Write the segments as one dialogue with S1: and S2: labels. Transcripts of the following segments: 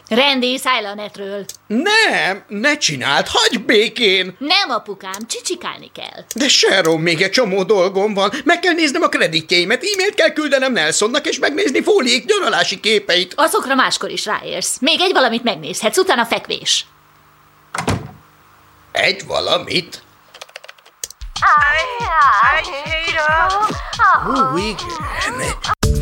S1: Randy, szállj le a netről.
S2: Nem, ne csináld, hagyj békén!
S1: Nem, apukám, csicsikálni kell.
S2: De Sharon, még egy csomó dolgom van. Meg kell néznem a kreditjeimet, e-mailt kell küldenem Nelsonnak, és megnézni Fóliék nyaralási képeit.
S1: Azokra máskor is ráérsz. Még egy valamit megnézhetsz, utána fekvés.
S2: Egy valamit? Igen.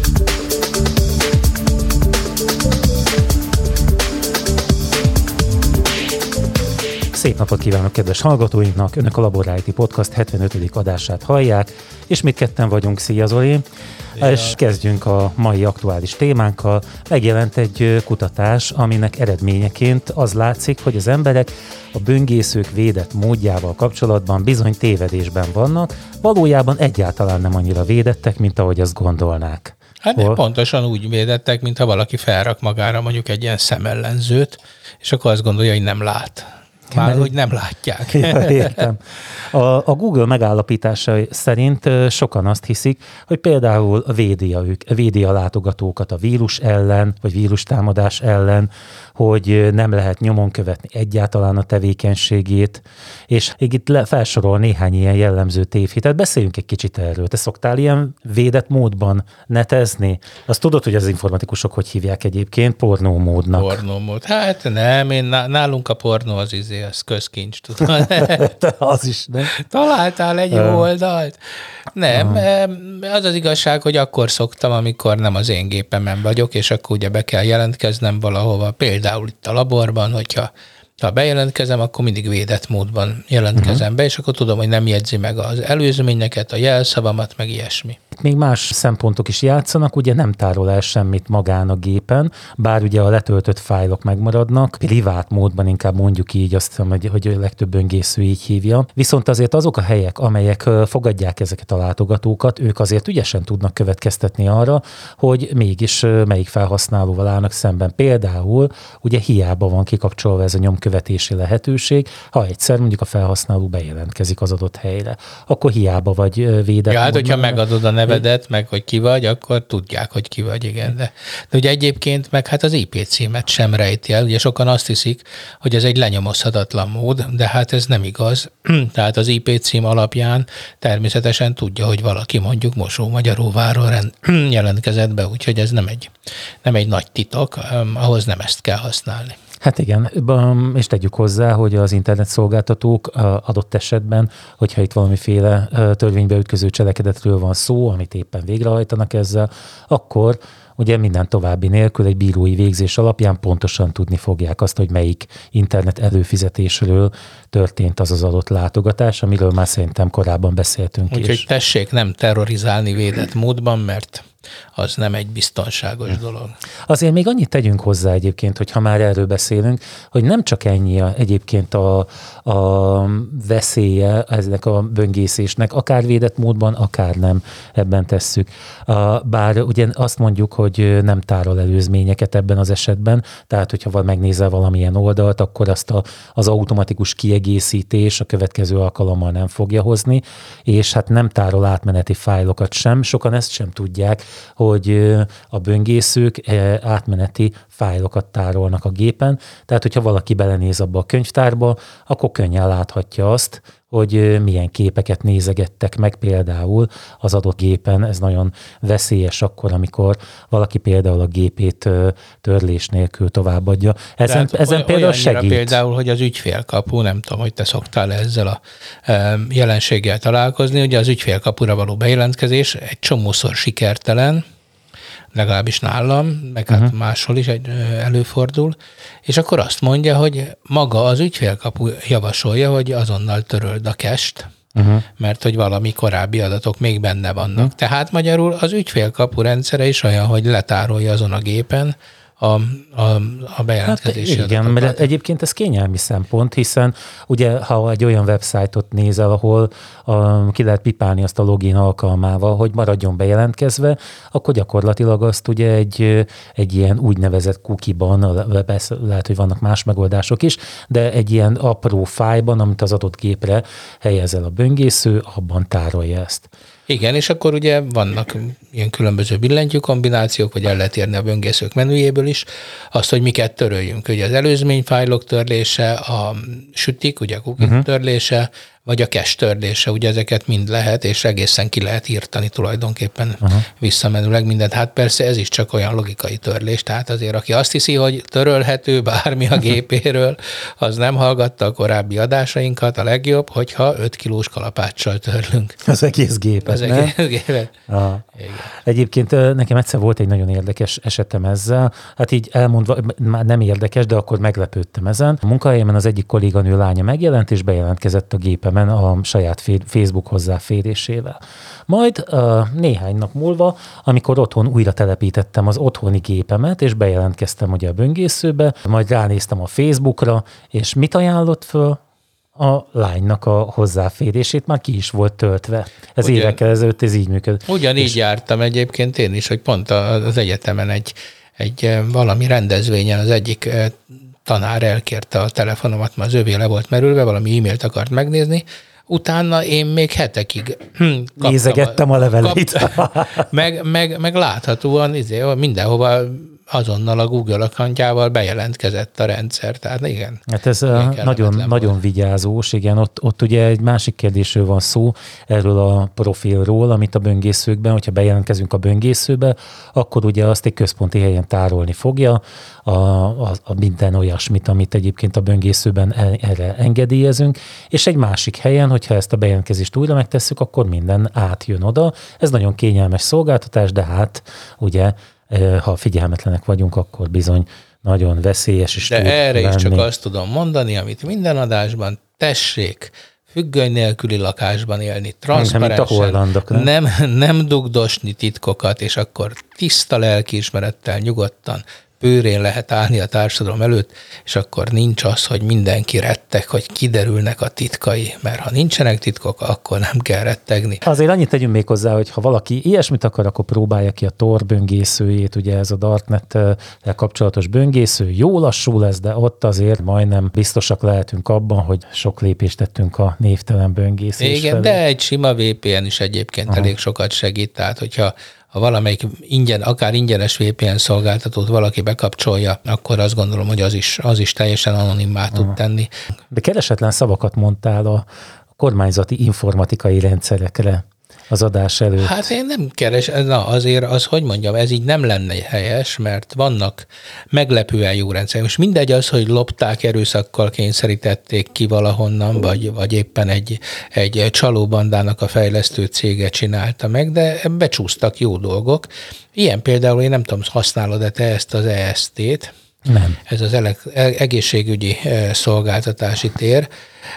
S3: Szép napot kívánok kedves hallgatóinknak! Önök a Labor IT Podcast 75. adását hallják, és mi ketten vagyunk. Szia Zoli! Ja. És kezdjünk a mai aktuális témánkkal. Megjelent egy kutatás, aminek eredményeként az látszik, hogy az emberek a böngészők védett módjával kapcsolatban bizony tévedésben vannak, valójában egyáltalán nem annyira védettek, mint ahogy azt gondolnák.
S4: Hát pontosan úgy védettek, mintha valaki felrak magára mondjuk egy ilyen szemellenzőt, és akkor azt gondolja, hogy nem lát. Már hogy nem látják.
S3: Ja, értem. A Google megállapítása szerint sokan azt hiszik, hogy például védi a látogatókat a vírus ellen, vagy vírustámadás ellen, hogy nem lehet nyomon követni egyáltalán a tevékenységét, és itt felsorol néhány ilyen jellemző tévhitet. Beszéljünk egy kicsit erről. Te szoktál ilyen védett módban netezni? Azt tudod, hogy az informatikusok hogy hívják egyébként? Pornómódnak.
S4: Pornómód. Hát nem, nálunk a pornó az közkincs, tudod.
S3: Az is, nem?
S4: Találtál egy jó oldalt? Nem, az az igazság, hogy akkor szoktam, amikor nem az én gépemen vagyok, és akkor ugye be kell jelentkeznem valahova, például itt a laborban, hogyha bejelentkezem, akkor mindig védett módban jelentkezem be, és akkor tudom, hogy nem jegyzi meg az előzményeket, a jelszavamat, meg ilyesmi.
S3: Még más szempontok is játszanak, ugye nem tárol el semmit magán a gépen, bár ugye a letöltött fájlok megmaradnak, privát módban inkább mondjuk így, azt hiszem, hogy a legtöbb böngésző így hívja. Viszont azért azok a helyek, amelyek fogadják ezeket a látogatókat, ők azért ügyesen tudnak következtetni arra, hogy mégis melyik felhasználóval állnak szemben. Például ugye hiába van kikapcsolva ez a nyomkövetési lehetőség, ha egyszer mondjuk a felhasználó bejelentkezik az adott helyre, akkor hiába vagy védett.
S4: Ja, hát hogyha megadod a nevedet, meg hogy ki vagy, akkor tudják, hogy ki vagy, igen. De ugye egyébként meg hát az IP címet sem rejti el. Ugye sokan azt hiszik, hogy ez egy lenyomozhatatlan mód, de hát ez nem igaz. Tehát az IP cím alapján természetesen tudja, hogy valaki mondjuk Mosó-Magyaróvárról jelentkezett be, úgyhogy ez nem egy nagy titok, ahhoz nem ezt kell használni.
S3: Hát igen, és tegyük hozzá, hogy az internetszolgáltatók adott esetben, hogyha itt valamiféle törvénybe ütköző cselekedetről van szó, amit éppen végrehajtanak ezzel, akkor ugye minden további nélkül egy bírói végzés alapján pontosan tudni fogják azt, hogy melyik internet előfizetésről történt az adott látogatás, amiről már szerintem korábban beszéltünk is.
S4: Úgyhogy tessék nem terrorizálni védett módban, mert az nem egy biztonságos dolog.
S3: Azért még annyit tegyünk hozzá egyébként, hogy ha már erről beszélünk, hogy nem csak ennyi egyébként a veszélye eznek a böngészésnek, akár védett módban, akár nem, ebben tesszük. Bár ugye azt mondjuk, hogy nem tárol előzményeket ebben az esetben, tehát hogyha megnézel valamilyen oldalt, akkor azt az automatikus kiegészítés a következő alkalommal nem fogja hozni, és hát nem tárol átmeneti fájlokat sem, sokan ezt sem tudják, hogy a böngészők átmeneti fájlokat tárolnak a gépen, tehát hogyha valaki belenéz abba a könyvtárba, akkor könnyen láthatja azt, hogy milyen képeket nézegettek meg például az adott gépen. Ez nagyon veszélyes akkor, amikor valaki például a gépét törlés nélkül továbbadja. Ezen például segít.
S4: Például, hogy az ügyfélkapu, nem tudom, hogy te szoktál ezzel a jelenséggel találkozni, ugye az ügyfélkapura való bejelentkezés egy csomószor sikertelen, legalábbis nálam, meg hát máshol is előfordul, és akkor azt mondja, hogy maga az ügyfélkapu javasolja, hogy azonnal töröld a cache-t, mert hogy valami korábbi adatok még benne vannak. Tehát magyarul az ügyfélkapu rendszere is olyan, hogy letárolja azon a gépen a bejelentkezési
S3: hát igen,
S4: adatokat.
S3: Mert egyébként ez kényelmi szempont, hiszen ugye ha egy olyan websájtot nézel, ahol ki lehet pipálni azt a login alkalmával, hogy maradjon bejelentkezve, akkor gyakorlatilag azt ugye egy ilyen úgynevezett cookie-ban, lehet, hogy vannak más megoldások is, de egy ilyen apró fájlban, amit az adott gépre helyezel a böngésző, abban tárolja ezt.
S4: Igen, és akkor ugye vannak ilyen különböző billentyű kombinációk, vagy el lehet érni a böngészők menüjéből is, azt, hogy miket töröljünk. Ugye az előzményfájlok törlése, a sütik, ugye a cookie törlése, vagy a cache törlése, ugye ezeket mind lehet, és egészen ki lehet írtani tulajdonképpen visszamenőleg mindent. Hát persze ez is csak olyan logikai törlés, tehát azért aki azt hiszi, hogy törölhető bármi a gépéről, az nem hallgatta a korábbi adásainkat, a legjobb, hogyha 5 kilós kalapáccsal törlünk.
S3: Az egész gépet,
S4: Az
S3: nem?
S4: egész gépet.
S3: Egyébként nekem egyszer volt egy nagyon érdekes esetem ezzel, hát így elmondva, már nem érdekes, de akkor meglepődtem ezen. A munkahelyemen az egyik kolléganő lánya megjelent, és bejelentkezett a gépemen a saját Facebook hozzáférésével. Majd néhány nap múlva, amikor otthon újra telepítettem az otthoni gépemet, és bejelentkeztem ugye a böngészőbe, majd ránéztem a Facebookra, és mit ajánlott föl? A lánynak a hozzáférését már ki is volt töltve. Ez évekkel ezelőtt ez így működött.
S4: Ugyanígy jártam egyébként én is, hogy pont az egyetemen egy valami rendezvényen az egyik tanár elkérte a telefonomat, mert az övé le volt merülve, valami e-mailt akart megnézni, utána én még hetekig
S3: nézegettem a leveleit.
S4: meg láthatóan mindenhova azonnal a Google accountjával bejelentkezett a rendszer. Tehát igen.
S3: Hát ez nagyon vigyázós, igen. Ott ugye egy másik kérdésről van szó, erről a profilról, amit a böngészőkben, hogyha bejelentkezünk a böngészőbe, akkor ugye azt egy központi helyen tárolni fogja, a minden olyasmit, amit egyébként a böngészőben erre engedélyezünk, és egy másik helyen, hogyha ezt a bejelentkezést újra megtesszük, akkor minden átjön oda. Ez nagyon kényelmes szolgáltatás, de hát ugye ha figyelmetlenek vagyunk, akkor bizony nagyon veszélyes is.
S4: De erre is csak azt tudom mondani, amit minden adásban, tessék függöny nélküli lakásban élni, transzparensen, nem dugdosni titkokat, és akkor tiszta lelkiismerettel nyugodtan bőrén lehet állni a társadalom előtt, és akkor nincs az, hogy mindenki retteg, hogy kiderülnek a titkai, mert ha nincsenek titkok, akkor nem kell rettegni.
S3: Azért annyit tegyünk még hozzá, hogy ha valaki ilyesmit akar, akkor próbálja ki a Tor böngészőjét, ugye ez a Darknet-tel kapcsolatos böngésző, jó lassú lesz, de ott azért majdnem biztosak lehetünk abban, hogy sok lépést tettünk a névtelen böngészés
S4: Igen, felé. De egy sima VPN is egyébként elég sokat segít, tehát hogyha valamelyik akár ingyenes VPN szolgáltatót valaki bekapcsolja, akkor azt gondolom, hogy az is teljesen anonimmá tud tenni.
S3: De keresetlen szavakat mondtál a kormányzati informatikai rendszerekre az adás előtt.
S4: Hát én nem azért az, hogy mondjam, ez így nem lenne helyes, mert vannak meglepően jó rendszerek. Most mindegy az, hogy lopták, erőszakkal kényszerítették ki valahonnan, vagy éppen egy csalóbandának a fejlesztő cége csinálta meg, de becsúsztak jó dolgok. Ilyen például, én nem tudom, használod-e te ezt az EST-t?
S3: Nem.
S4: Ez az egészségügyi szolgáltatási tér.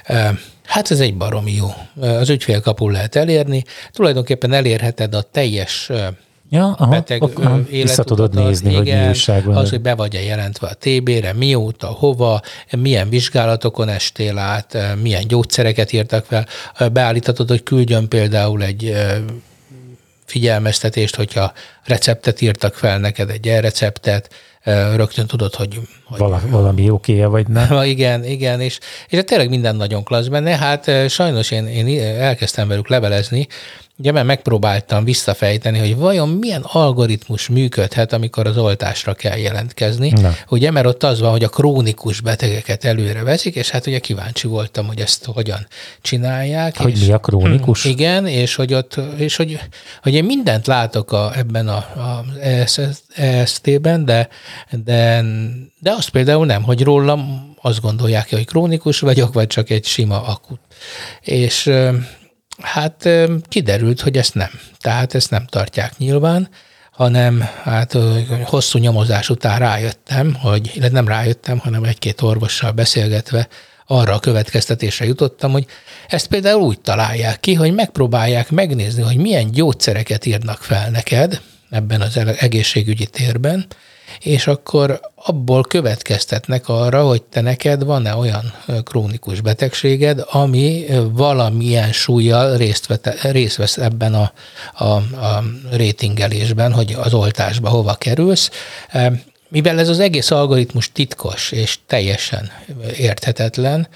S4: Hát ez egy baromi jó. Az ügyfélkapun lehet elérni. Tulajdonképpen elérheted a teljes beteg életutat.
S3: Vissza tudod nézni, hogy mi újság van.
S4: Az, hogy be vagy-e jelentve a TB-re, mióta, hova, milyen vizsgálatokon estél át, milyen gyógyszereket írtak fel. Beállíthatod, hogy küldjön például egy figyelmeztetést, hogyha receptet írtak fel neked, egy e-receptet, rögtön tudod, hogy
S3: valami oké-e, vagy nem.
S4: Igen, és tényleg minden nagyon klassz benne. Hát sajnos én elkezdtem velük levelezni, ugye, mert megpróbáltam visszafejteni, hogy vajon milyen algoritmus működhet, amikor az oltásra kell jelentkezni. Na. Ugye, mert ott az van, hogy a krónikus betegeket előre veszik, és hát ugye kíváncsi voltam, hogy ezt hogyan csinálják.
S3: Hogy mi a krónikus?
S4: Igen, és hogy én mindent látok ebben a EST-ben, de azt például nem, hogy rólam azt gondolják, hogy krónikus vagyok, vagy csak egy sima akut. És hát kiderült, hogy ezt nem. Tehát ezt nem tartják nyilván, hanem hát hosszú nyomozás után rájöttem, nem rájöttem, hanem egy-két orvossal beszélgetve arra a következtetésre jutottam, hogy ezt például úgy találják ki, hogy megpróbálják megnézni, hogy milyen gyógyszereket írnak fel neked ebben az egészségügyi térben, és akkor abból következtetnek arra, hogy te neked van-e olyan krónikus betegséged, ami valamilyen súllyal részt vesz ebben a rétingelésben, hogy az oltásba hova kerülsz. Mivel ez az egész algoritmus titkos és teljesen érthetetlen,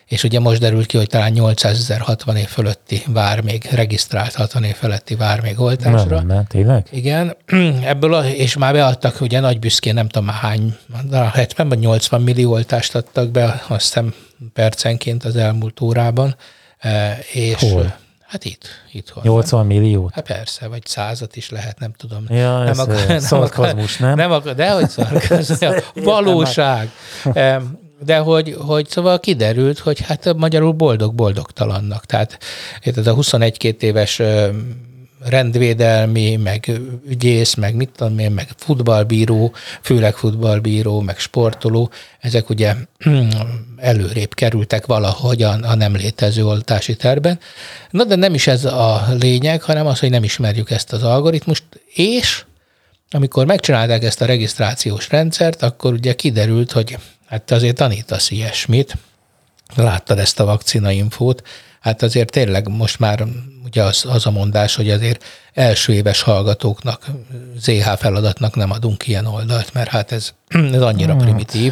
S4: és ugye most derült ki, hogy talán 800 000 60 év fölötti vár még, regisztrált 60 év feletti vár még oltásra.
S3: Nem, tényleg?
S4: Igen, ebből, és már beadtak, ugye nagy büszkén, nem tudom hány, 70 vagy 80 millió oltást adtak be, azt hiszem percenként az elmúlt órában. És
S3: hol?
S4: Hát itthon.
S3: 80 millió?
S4: Hát persze, vagy 100-at is lehet, nem tudom.
S3: Ja, ez szarkazmus, nem?
S4: Dehogy szarkazmus, valóság. De hogy szóval kiderült, hogy hát magyarul boldogtalannak. Tehát a 21-22 éves rendvédelmi, meg ügyész, meg mit tudom én, meg futballbíró, főleg futballbíró, meg sportoló, ezek ugye előrébb kerültek valahogy a nem létező oltási tervben. Na de nem is ez a lényeg, hanem az, hogy nem ismerjük ezt az algoritmust, és amikor megcsinálták ezt a regisztrációs rendszert, akkor ugye kiderült, hogy hát azért tanítasz ilyesmit, láttad ezt a vakcinainfót, hát azért tényleg most már ugye az a mondás, hogy azért első éves hallgatóknak, ZH feladatnak nem adunk ilyen oldalt, mert hát ez annyira primitív,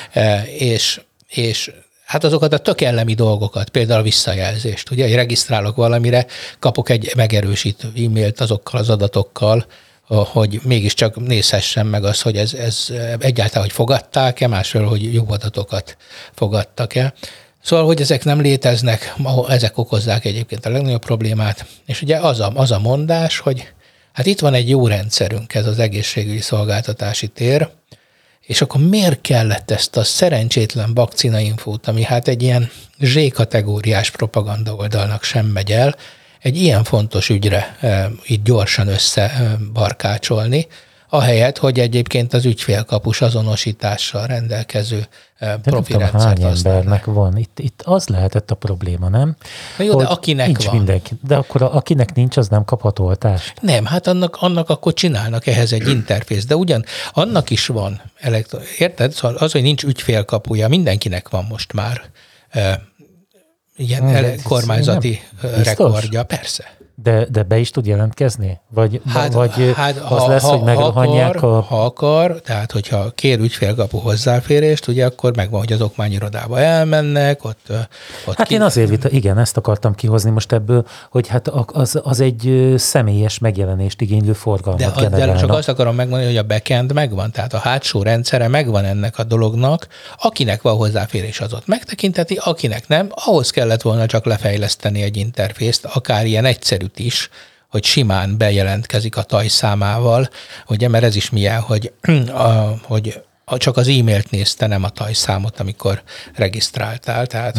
S4: és hát azokat a tök elemi dolgokat, például a visszajelzést, ugye, hogy regisztrálok valamire, kapok egy megerősítő e-mailt azokkal az adatokkal, hogy mégiscsak nézhessem meg azt, hogy ez egyáltalán, hogy fogadták-e, másról, hogy jó adatokat fogadtak-e. Szóval, hogy ezek nem léteznek, ezek okozzák egyébként a legnagyobb problémát. És ugye az a mondás, hogy hát itt van egy jó rendszerünk, ez az egészségügyi szolgáltatási tér, és akkor miért kellett ezt a szerencsétlen vakcinainfót, ami hát egy ilyen Z-kategóriás propaganda oldalnak sem megy el, egy ilyen fontos ügyre itt gyorsan összebarkácsolni, ahelyett, hogy egyébként az ügyfélkapus azonosítással rendelkező profi rendszert
S3: hány embernek van. Itt az lehetett a probléma, nem?
S4: Na jó, de akinek
S3: nincs
S4: van.
S3: Mindenki. De akkor akinek nincs, az nem kaphat oltást?
S4: Nem, hát annak akkor csinálnak ehhez egy interfész, de ugyan annak is van, érted? Szóval az, hogy nincs ügyfélkapuja, mindenkinek van most már ilyen kormányzati rekordja, persze.
S3: De be is tud jelentkezni? Vagy az lesz, hogy megrohanják
S4: ha akar, tehát hogyha kér ügyfélkapu hozzáférést, ugye akkor megvan, hogy az okmányirodába elmennek, ott
S3: hát én azért, igen, ezt akartam kihozni most ebből, hogy hát az egy személyes megjelenést igénylő forgalmat generálna.
S4: De csak azt akarom megmondani, hogy a backend megvan, tehát a hátsó rendszere megvan ennek a dolognak, akinek van hozzáférés, az ott megtekinteti, akinek nem, ahhoz kellett volna csak lefejleszteni egy interfészt, akár ilyen egyszerűt is, hogy simán bejelentkezik a tajszámával, ugye, mert ez is milyen, hogy csak az e-mailt nézte, nem a tajszámot, amikor regisztráltál, tehát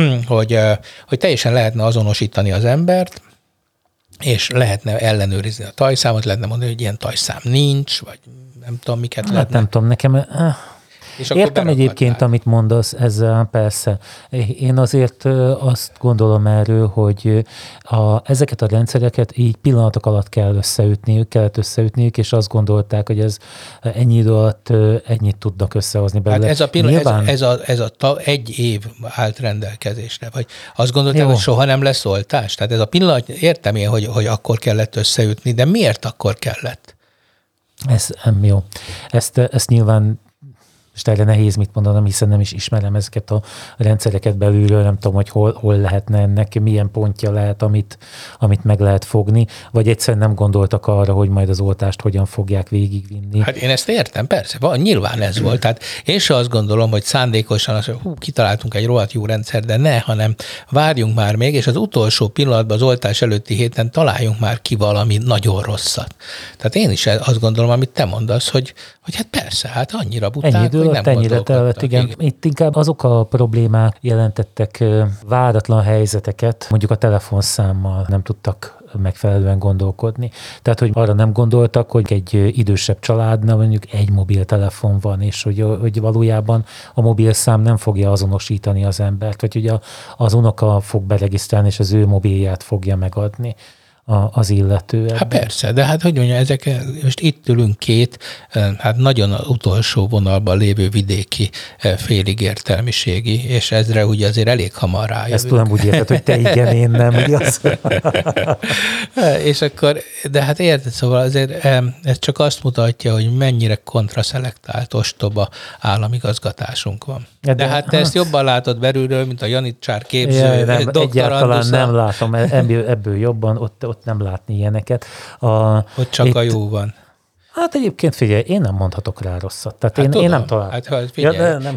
S4: hogy teljesen lehetne azonosítani az embert, és lehetne ellenőrizni a tajszámot, lehetne mondani, hogy ilyen tajszám nincs, vagy nem tudom, miket lehetne.
S3: Hát nem tudom, nekem... Értem egyébként, amit mondasz, ezzel persze. Én azért azt gondolom erről, hogy ezeket a rendszereket így pillanatok alatt kellett összeütniük, és azt gondolták, hogy ez ennyi idő alatt ennyit tudnak összehozni belőle.
S4: Hát ez a egy év állt rendelkezésre, vagy azt gondolták, hogy soha nem lesz oltás? Tehát ez a pillanat, értem én, hogy akkor kellett összeütni, de miért akkor kellett?
S3: Ez jó. Ezt nyilván és erre nehéz mit mondanom, hiszen nem is ismerem ezeket a rendszereket belülről, nem tudom, hogy hol lehetne ennek, milyen pontja lehet, amit meg lehet fogni, vagy egyszerűen nem gondoltak arra, hogy majd az oltást hogyan fogják végigvinni.
S4: Hát én ezt értem, persze, nyilván ez volt. Tehát én se azt gondolom, hogy szándékosan azt, hogy kitaláltunk egy rohadt jó rendszer, de ne, hanem várjunk már még, és az utolsó pillanatban, az oltás előtti héten találjunk már ki valami nagyon rosszat. Tehát én is azt gondolom, amit te mondasz, hogy hát persze, hát annyira buták, hogy nem gondolkodtak.
S3: Igen. Itt inkább azok a problémák jelentettek váratlan helyzeteket, mondjuk a telefonszámmal nem tudtak megfelelően gondolkodni. Tehát, hogy arra nem gondoltak, hogy egy idősebb családnál mondjuk egy mobiltelefon van, és hogy valójában a mobilszám nem fogja azonosítani az embert, vagy hogy az unoka fog beregisztrálni, és az ő mobilját fogja megadni. az illető. Ebben.
S4: Hát persze, de hát hogy mondja, ezek, most itt ülünk két, hát nagyon utolsó vonalban lévő vidéki félig értelmiségi, és ezre ugye azért elég hamar rájövünk.
S3: Ezt tudom úgy érted, hogy te igen, én nem, igaz?
S4: És akkor, de hát érted, szóval azért ez csak azt mutatja, hogy mennyire kontraszelektált, ostoba államigazgatásunk van. De hát te ezt jobban látod belülről, mint a Janicsár képző doktorandusza.
S3: Egyáltalán nem látom, ebből jobban, ott nem látni ilyeneket.
S4: Ott csak a jó van.
S3: Hát egyébként figyelj, én nem mondhatok rá rosszat. Tehát hát én nem találom.
S4: Hát figyelj,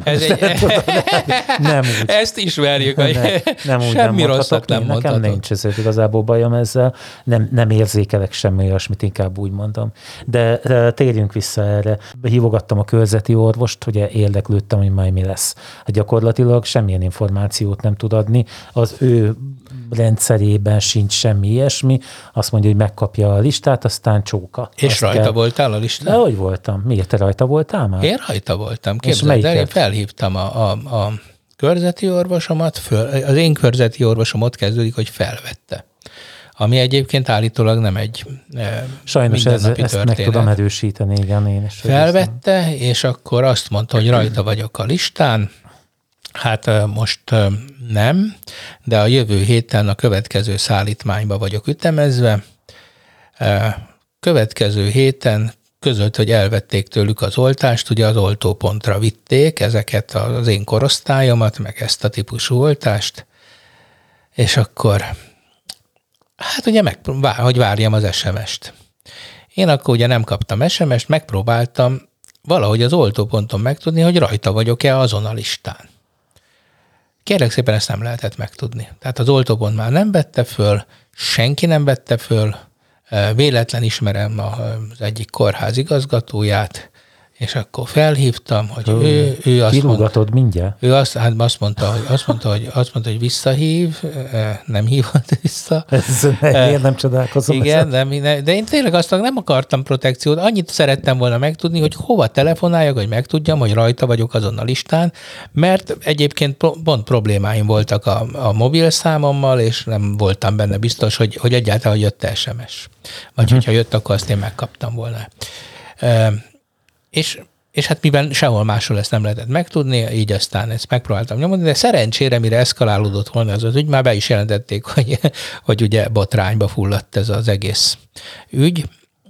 S3: nem úgy.
S4: Ezt ismerjük,
S3: hogy nem úgy
S4: semmi rosszat nem mondhatok.
S3: Nekem nincs ezért igazából bajom ezzel. Nem érzékelek semmi olyasmit, inkább úgy mondom. De térjünk vissza erre. Hívogattam a körzeti orvost, hogy érdeklődtem, hogy majd mi lesz. Hát gyakorlatilag semmilyen információt nem tud adni. Az ő rendszerében sincs semmi ilyesmi. Azt mondja, hogy megkapja a listát, aztán csóka.
S4: És rajta voltál a listán?
S3: De hogy voltam? Miért te rajta voltál már?
S4: Én rajta voltam. Képzeld el, én felhívtam a körzeti orvosomat, az én körzeti orvosom ott kezdődik, hogy felvette. Ami egyébként állítólag nem egy
S3: sajnos
S4: mindennapi
S3: ezt
S4: történet.
S3: meg tudom erősíteni, igen, én is.
S4: Felvette, és akkor azt mondta, hogy rajta vagyok a listán. Hát most nem, de a jövő héten a következő szállítmányba vagyok ütemezve. Következő héten között, hogy elvették tőlük az oltást, ugye az oltópontra vitték ezeket az én korosztályomat, meg ezt a típusú oltást, és akkor hát ugye hogy várjam az SMS-t. Én akkor ugye nem kaptam SMS-t, megpróbáltam valahogy az oltóponton megtudni, hogy rajta vagyok-e azon a listán. Kérlek szépen, ezt nem lehetett megtudni. Tehát az oltópont már nem vette föl, senki nem vette föl, véletlen ismerem az egyik kórház igazgatóját, és akkor felhívtam, hogy ő azt mondta,
S3: mindjárt?
S4: Ő azt mondta, hogy visszahív, nem hívott vissza.
S3: Miért nem csodálkozom?
S4: Igen, de én tényleg azt nem akartam protekciót, annyit szerettem volna megtudni, hogy hova telefonáljak, hogy megtudjam, hogy rajta vagyok azon a listán, mert egyébként pont problémáim voltak a mobilszámommal, és nem voltam benne biztos, hogy egyáltalán jött SMS. Vagy hogyha jött, akkor azt én megkaptam volna. És hát mivel sehol máshol ezt nem lehetett megtudni, így aztán ezt megpróbáltam nyomni, de szerencsére, mire eszkalálódott volna az ügy, már be is jelentették, hogy ugye botrányba fulladt ez az egész ügy,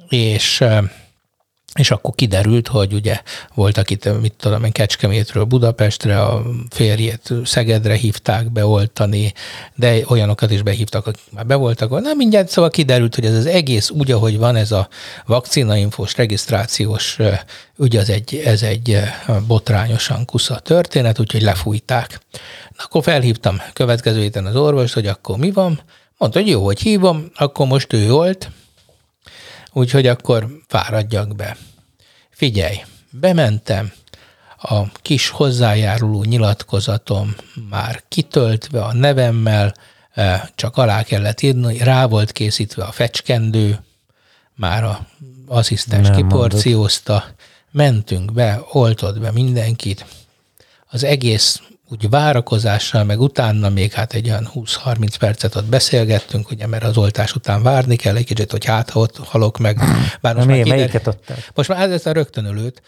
S4: és akkor kiderült, hogy ugye voltak itt, mit tudom én, Kecskemétről Budapestre, a férjét Szegedre hívták beoltani, de olyanokat is behívtak, akik már be voltak. Na mindjárt, szóval kiderült, hogy ez az egész úgy, ahogy van, ez a vakcinainfós regisztrációs ügy, ez egy botrányosan kusza történet, úgyhogy lefújták. Na, akkor felhívtam következő héten az orvost, hogy akkor mi van. Mondta, hogy jó, hogy hívom, akkor most ő olt, úgyhogy akkor fáradjak be. Figyelj, bementem, a kis hozzájáruló nyilatkozatom már kitöltve a nevemmel, csak alá kellett írni, rá volt készítve a fecskendő, már az asszisztens kiporciózta, mentünk be, oltott be mindenkit. Az egész úgy várakozással, meg utána még hát egy olyan 20-30 percet ott beszélgettünk, ugye, mert az oltás után várni kell egy kicsit, hogy hát ott halok meg. Bár most
S3: melyiket adták?
S4: Most már ez a rögtönölőt.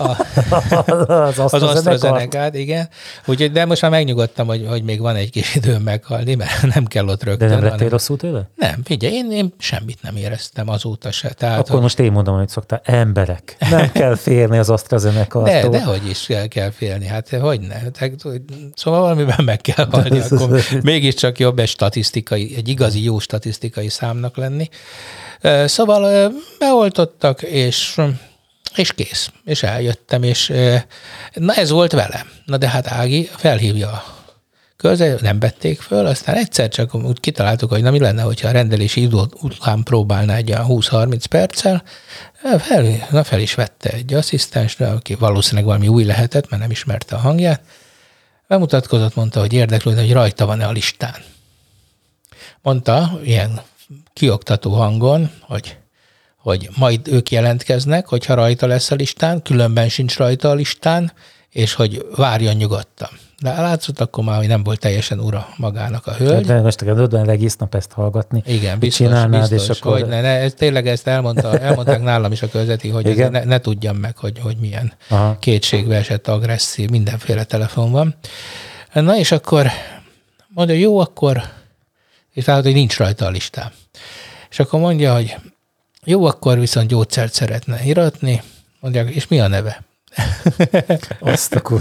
S4: Az AstraZenecát, igen. Úgyhogy, de most már megnyugodtam, hogy még van egy kis időm meghalni, mert nem kell ott rögtön.
S3: De nem lettél rosszul tőle?
S4: Nem, figyelj, én semmit nem éreztem azóta se. Tehát,
S3: akkor most én mondom, hogy szoktál, emberek. Nem kell félni az AstraZeneca-tól.
S4: De hogy is kell félni, hát hogy ne. Szóval valamiben meg kell halni, akkor mégiscsak jobb egy igazi jó statisztikai számnak lenni. Szóval beoltottak, és kész. És eljöttem, és na ez volt velem. Na de hát Ági felhívja a körzet, nem vették föl, aztán egyszer csak úgy kitaláltuk, hogy na mi lenne, hogyha a rendelési idő után próbálná egy olyan 20-30 perccel, fel is vette egy asszisztens, aki valószínűleg valami új lehetett, mert nem ismerte a hangját, bemutatkozott, mondta, hogy érdeklődne, hogy rajta van-e a listán. Mondta ilyen kioktató hangon, hogy majd ők jelentkeznek, hogyha rajta lesz a listán, különben sincs rajta a listán, és hogy várjon nyugodtan. De látszott akkor már, hogy nem volt teljesen ura magának a hölgy.
S3: De most tudod egész nap ezt hallgatni.
S4: Igen, biztos, és akkor... hogy tényleg ezt elmondták nálam is a közveti, hogy ne tudjam meg, hogy milyen kétségbe esett, agresszív, mindenféle telefon van. Na és akkor mondja, jó, akkor, és tehát, hogy nincs rajta a listám. És akkor mondja, hogy jó, akkor viszont gyógyszert szeretne iratni, mondják, és mi a neve?
S3: Azt akkor...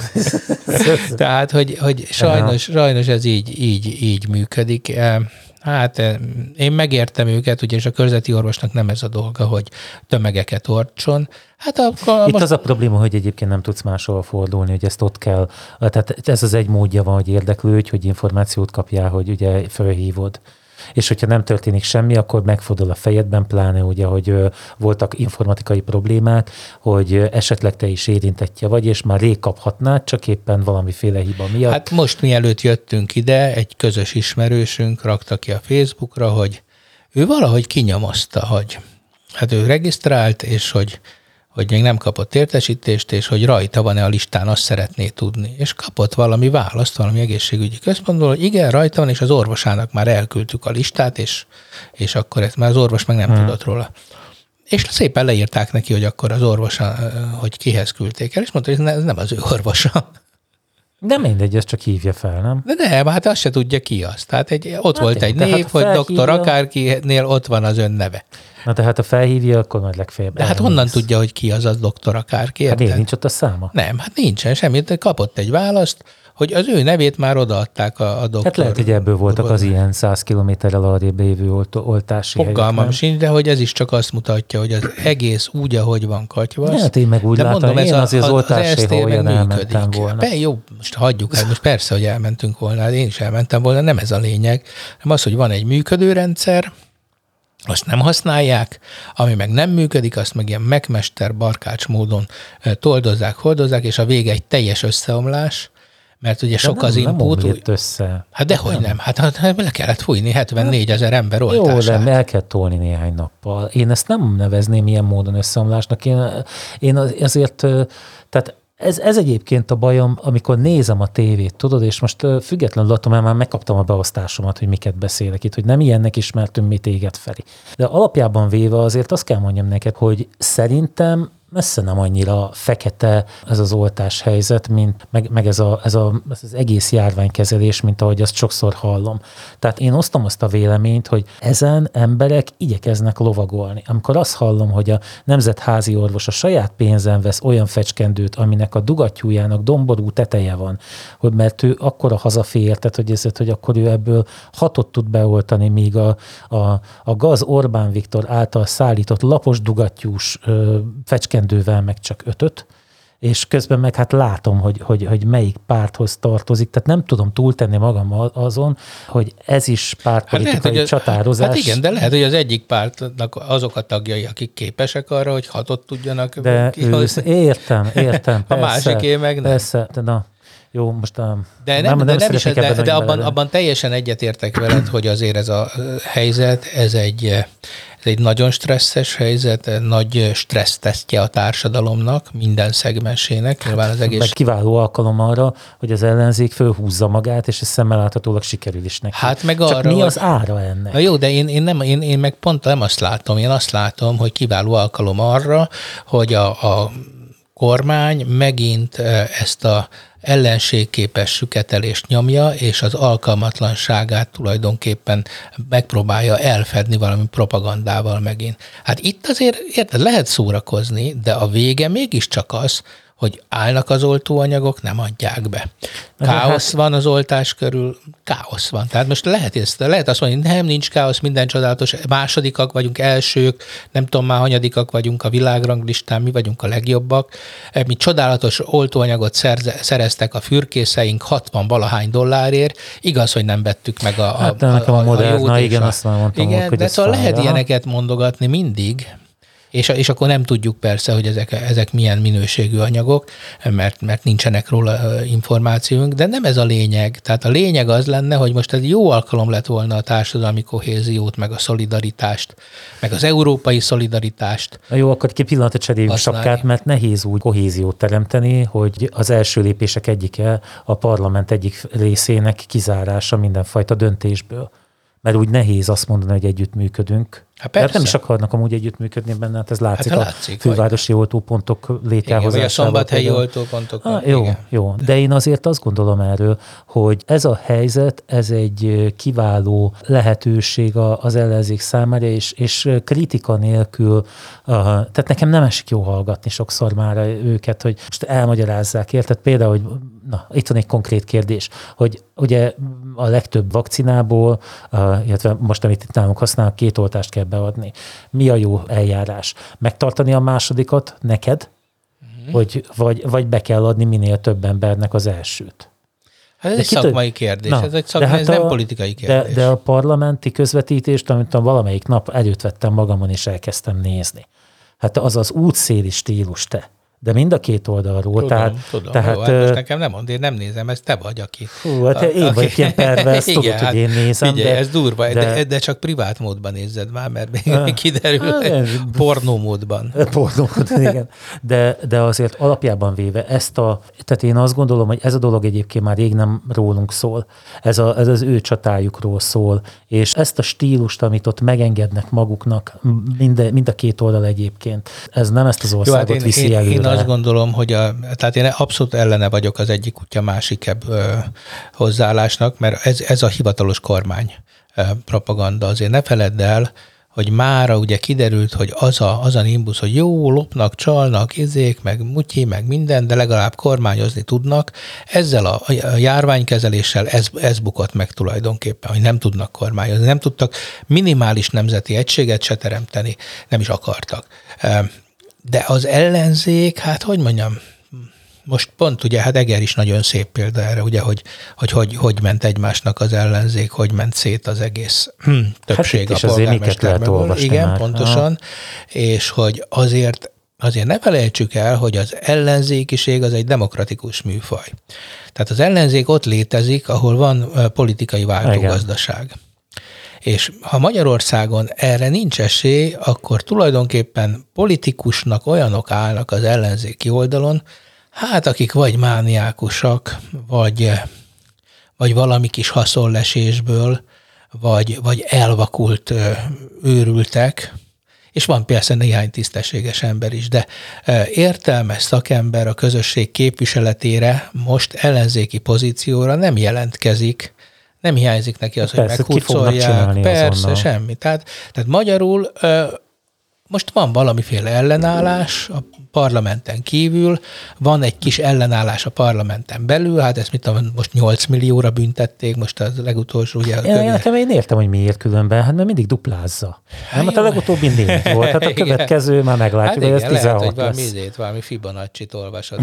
S4: Tehát, hogy sajnos ez így működik. Hát én megértem őket, ugyanis a körzeti orvosnak nem ez a dolga, hogy tömegeket ortson. Hát akkor
S3: itt az a probléma, hogy egyébként nem tudsz máshol fordulni, hogy ezt ott kell. Tehát ez az egy módja van, hogy érdeklődj, hogy információt kapjál, hogy ugye felhívod. És hogyha nem történik semmi, akkor megfordul a fejedben, pláne ugye, hogy voltak informatikai problémák, hogy esetleg te is érintettje vagy, és már rég kaphatnád, csak éppen valamiféle hiba miatt.
S4: Hát most mielőtt jöttünk ide, egy közös ismerősünk rakta ki a Facebookra, hogy ő valahogy kinyomozta, hogy hát ő regisztrált, és hogy még nem kapott értesítést, és hogy rajta van-e a listán, azt szeretné tudni. És kapott valami választ, valami egészségügyi központból, hogy igen, rajta van, és az orvosának már elküldtük a listát, és akkor már az orvos meg nem tudott róla. És szépen leírták neki, hogy akkor az orvos, hogy kihez küldték el, és mondta, hogy ez nem az ő orvosa.
S3: De mindegy, ezt csak hívja fel, nem?
S4: De nem, hát azt se tudja ki az. Tehát ott volt egy név, hogy doktor akárkinél ott van az ön neve.
S3: Na tehát ha felhívja, akkor majd legfeljebb.
S4: De hát honnan tudja, hogy ki az doktor akárki?
S3: Hát miért nincs ott a száma?
S4: Nem, hát nincsen semmi. Kapott egy választ, hogy az ő nevét már odaadták a doktor.
S3: Hát lehet, hogy ebből voltak az ilyen 100 kilométerrel arrébb lévő oltási helyek.
S4: Fogalmam sincs, de hogy ez is csak azt mutatja, hogy az egész úgy, ahogy van katyvasz.
S3: Hát én meg úgy látom, mondom, én azért az oltási helyen elmentem volna.
S4: Jó, most hagyjuk, hát most persze, hogy elmentünk volna, én is elmentem volna, nem ez a lényeg, hanem az, hogy van egy működő rendszer, azt nem használják, ami meg nem működik, azt meg ilyen megmester, barkács módon toldozzák, hordozzák, és a vége egy teljes összeomlás, mert ugye sok az input.
S3: Nem össze.
S4: Hát dehogy nem. Hát le kellett fújni 74 000 ember oltását.
S3: Jó, de el kell tolni néhány nappal. Én ezt nem nevezném ilyen módon összeomlásnak. Én azért, tehát ez egyébként a bajom, amikor nézem a tévét, tudod, és most függetlenül attól, már megkaptam a beosztásomat, hogy miket beszélek itt, hogy nem ilyennek ismertünk mi téged, Feri. De alapjában véve azért azt kell mondjam neked, hogy szerintem messze nem annyira fekete ez az oltás helyzet, mint meg ez az egész járványkezelés, mint ahogy azt sokszor hallom. Tehát én osztom azt a véleményt, hogy ezen emberek igyekeznek lovagolni. Amikor azt hallom, hogy a nemzetházi orvos a saját pénzen vesz olyan fecskendőt, aminek a dugattyújának domború teteje van, hogy mert ő akkora hazafér, tehát hogy akkor ő ebből 6 tud beoltani, míg a Gaz Orbán Viktor által szállított lapos dugattyús fecskendővel meg csak 5, és közben meg hát látom, hogy melyik párthoz tartozik, tehát nem tudom túltenni magam azon, hogy ez is pártpolitikai hát csatározás.
S4: Hát igen, de lehet, hogy az egyik pártnak azok a tagjai, akik képesek arra, hogy 6 tudjanak.
S3: De értem, persze.
S4: A másiké meg nem.
S3: Persze, na. Jó, most
S4: de abban teljesen egyetértek veled, hogy azért ez a helyzet, ez egy nagyon stresszes helyzet, nagy stressztesztje a társadalomnak, minden szegmensének, nyilván az egész...
S3: Meg kiváló alkalom arra, hogy az ellenzék fölhúzza magát, és ez szemmel láthatólag sikerül is neki.
S4: Hát meg
S3: csak
S4: arra,
S3: mi az ára ennek?
S4: Na jó, de én meg pont nem azt látom, én azt látom, hogy kiváló alkalom arra, hogy a kormány megint ezt a ellenségképes süketelést nyomja, és az alkalmatlanságát tulajdonképpen megpróbálja elfedni valami propagandával megint. Hát itt azért, érted, lehet szórakozni, de a vége mégiscsak az, hogy állnak az oltóanyagok, nem adják be. Káosz van az oltás körül, káosz van. Tehát most lehet azt mondani, nem, nincs káosz, minden csodálatos, másodikak vagyunk, elsők, nem tudom már hanyadikak vagyunk a világranglistán, mi vagyunk a legjobbak. Mi csodálatos oltóanyagot szereztek a fürkészeink $60 igaz, hogy nem vettük meg
S3: a Moderna, igen, azt már mondtam.
S4: Igen, de szóval lehet ilyeneket mondogatni mindig, És akkor nem tudjuk persze, hogy ezek milyen minőségű anyagok, mert nincsenek róla információnk, de nem ez a lényeg. Tehát a lényeg az lenne, hogy most ez jó alkalom lett volna a társadalmi kohéziót, meg a szolidaritást, meg az európai szolidaritást.
S3: Na jó, akkor ki pillanatot cseréljünk sapkát, mert nehéz úgy kohéziót teremteni, hogy az első lépések egyike a parlament egyik részének kizárása mindenfajta döntésből. Mert úgy nehéz azt mondani, hogy együttműködünk. Hát nem is akarnak amúgy együttműködni benne, hát ez látszik, a fővárosi oltópontok létrehozásával.
S4: Vagy a szombathelyi oltópontok.
S3: Jó. De én azért azt gondolom erről, hogy ez a helyzet, ez egy kiváló lehetőség az ellenzék számára, és kritika nélkül, tehát nekem nem esik jó hallgatni sokszor már őket, hogy most elmagyarázzák, érted? Például, hogy itt van egy konkrét kérdés, hogy ugye a legtöbb vakcinából, illetve most, amit itt nálunk használnak, 2 oltást kell beadni. Mi a jó eljárás? Megtartani a másodikat neked, vagy be kell adni minél több embernek az elsőt?
S4: Hát ez egy szakmai kérdés, ez nem politikai kérdés.
S3: De a parlamenti közvetítést, amit valamelyik nap előtt vettem magamon, és elkezdtem nézni. Hát az az útszéli stílus, te. De mind a 2 oldalról.
S4: Tudom. Tehát, jó, hát most nekem nem mond, én nem nézem, ez te vagy, aki...
S3: Én vagyok ilyen pervers, tudod, hogy én nézem.
S4: Figyelj, ez durva, de csak privát módban nézed már, mert még kiderül, pornómódban.
S3: Pornómódban, igen. De azért alapjában véve tehát én azt gondolom, hogy ez a dolog egyébként már rég nem rólunk szól. Ez az ő csatájukról szól, és ezt a stílust, amit ott megengednek maguknak, mind a 2 oldal egyébként, ez nem ezt az országot viszi előre.
S4: Azt gondolom, hogy tehát én abszolút ellene vagyok az egyik kutya másikebb hozzáállásnak, mert ez a hivatalos kormány propaganda. Azért ne feledd el, hogy mára ugye kiderült, hogy az a nimbus, hogy jó, lopnak, csalnak, meg mutyi, meg minden, de legalább kormányozni tudnak. Ezzel a járványkezeléssel ez bukott meg tulajdonképpen, hogy nem tudnak kormányozni. Nem tudtak minimális nemzeti egységet se teremteni, nem is akartak. De az ellenzék, hát hogy mondjam, most pont ugye, hát Eger is nagyon szép példa erre, ugye, hogy ment egymásnak az ellenzék, hogy ment szét az egész többség a polgármesterből. Igen, már. Pontosan. És hogy azért ne felejtsük el, hogy az ellenzékiség az egy demokratikus műfaj. Tehát az ellenzék ott létezik, ahol van politikai váltógazdaság. Igen. És ha Magyarországon erre nincs esély, akkor tulajdonképpen politikusnak olyanok állnak az ellenzéki oldalon, hát akik vagy mániákusak, vagy valami kis haszonlesésből, vagy elvakult őrültek, és van persze néhány tisztességes ember is, de értelmes szakember a közösség képviseletére most ellenzéki pozícióra nem jelentkezik, nem hiányzik neki az, persze, hogy meghurcolják. Persze, azonnal. Semmi. Tehát magyarul most van valamiféle ellenállás a parlamenten kívül, van egy kis ellenállás a parlamenten belül, hát ezt most 8 millióra büntették, most az legutolsó ugye...
S3: Én értem, hogy miért különben, hát mert mindig duplázza. Nem, hát a legutóbbi 4 volt, hát a következő már meglátjuk, hogy ez 16
S4: lehet, hogy valami Fibonacci-t olvasott.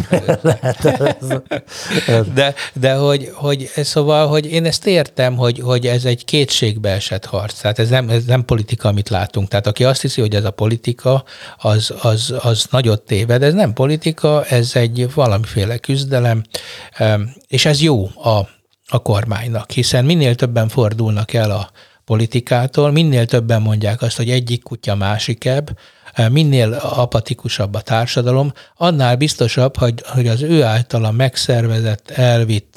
S4: De hogy szóval, hogy én ezt értem, hogy ez egy kétségbe esett harc, tehát ez nem politika, amit látunk. Tehát aki azt hiszi, hogy ez a politika, az nagyot téved, ez nem politika, ez egy valamiféle küzdelem, és ez jó a kormánynak, hiszen minél többen fordulnak el a politikától, minél többen mondják azt, hogy egyik kutya másikebb, minél apatikusabb a társadalom, annál biztosabb, hogy az ő általa megszervezett, elvitt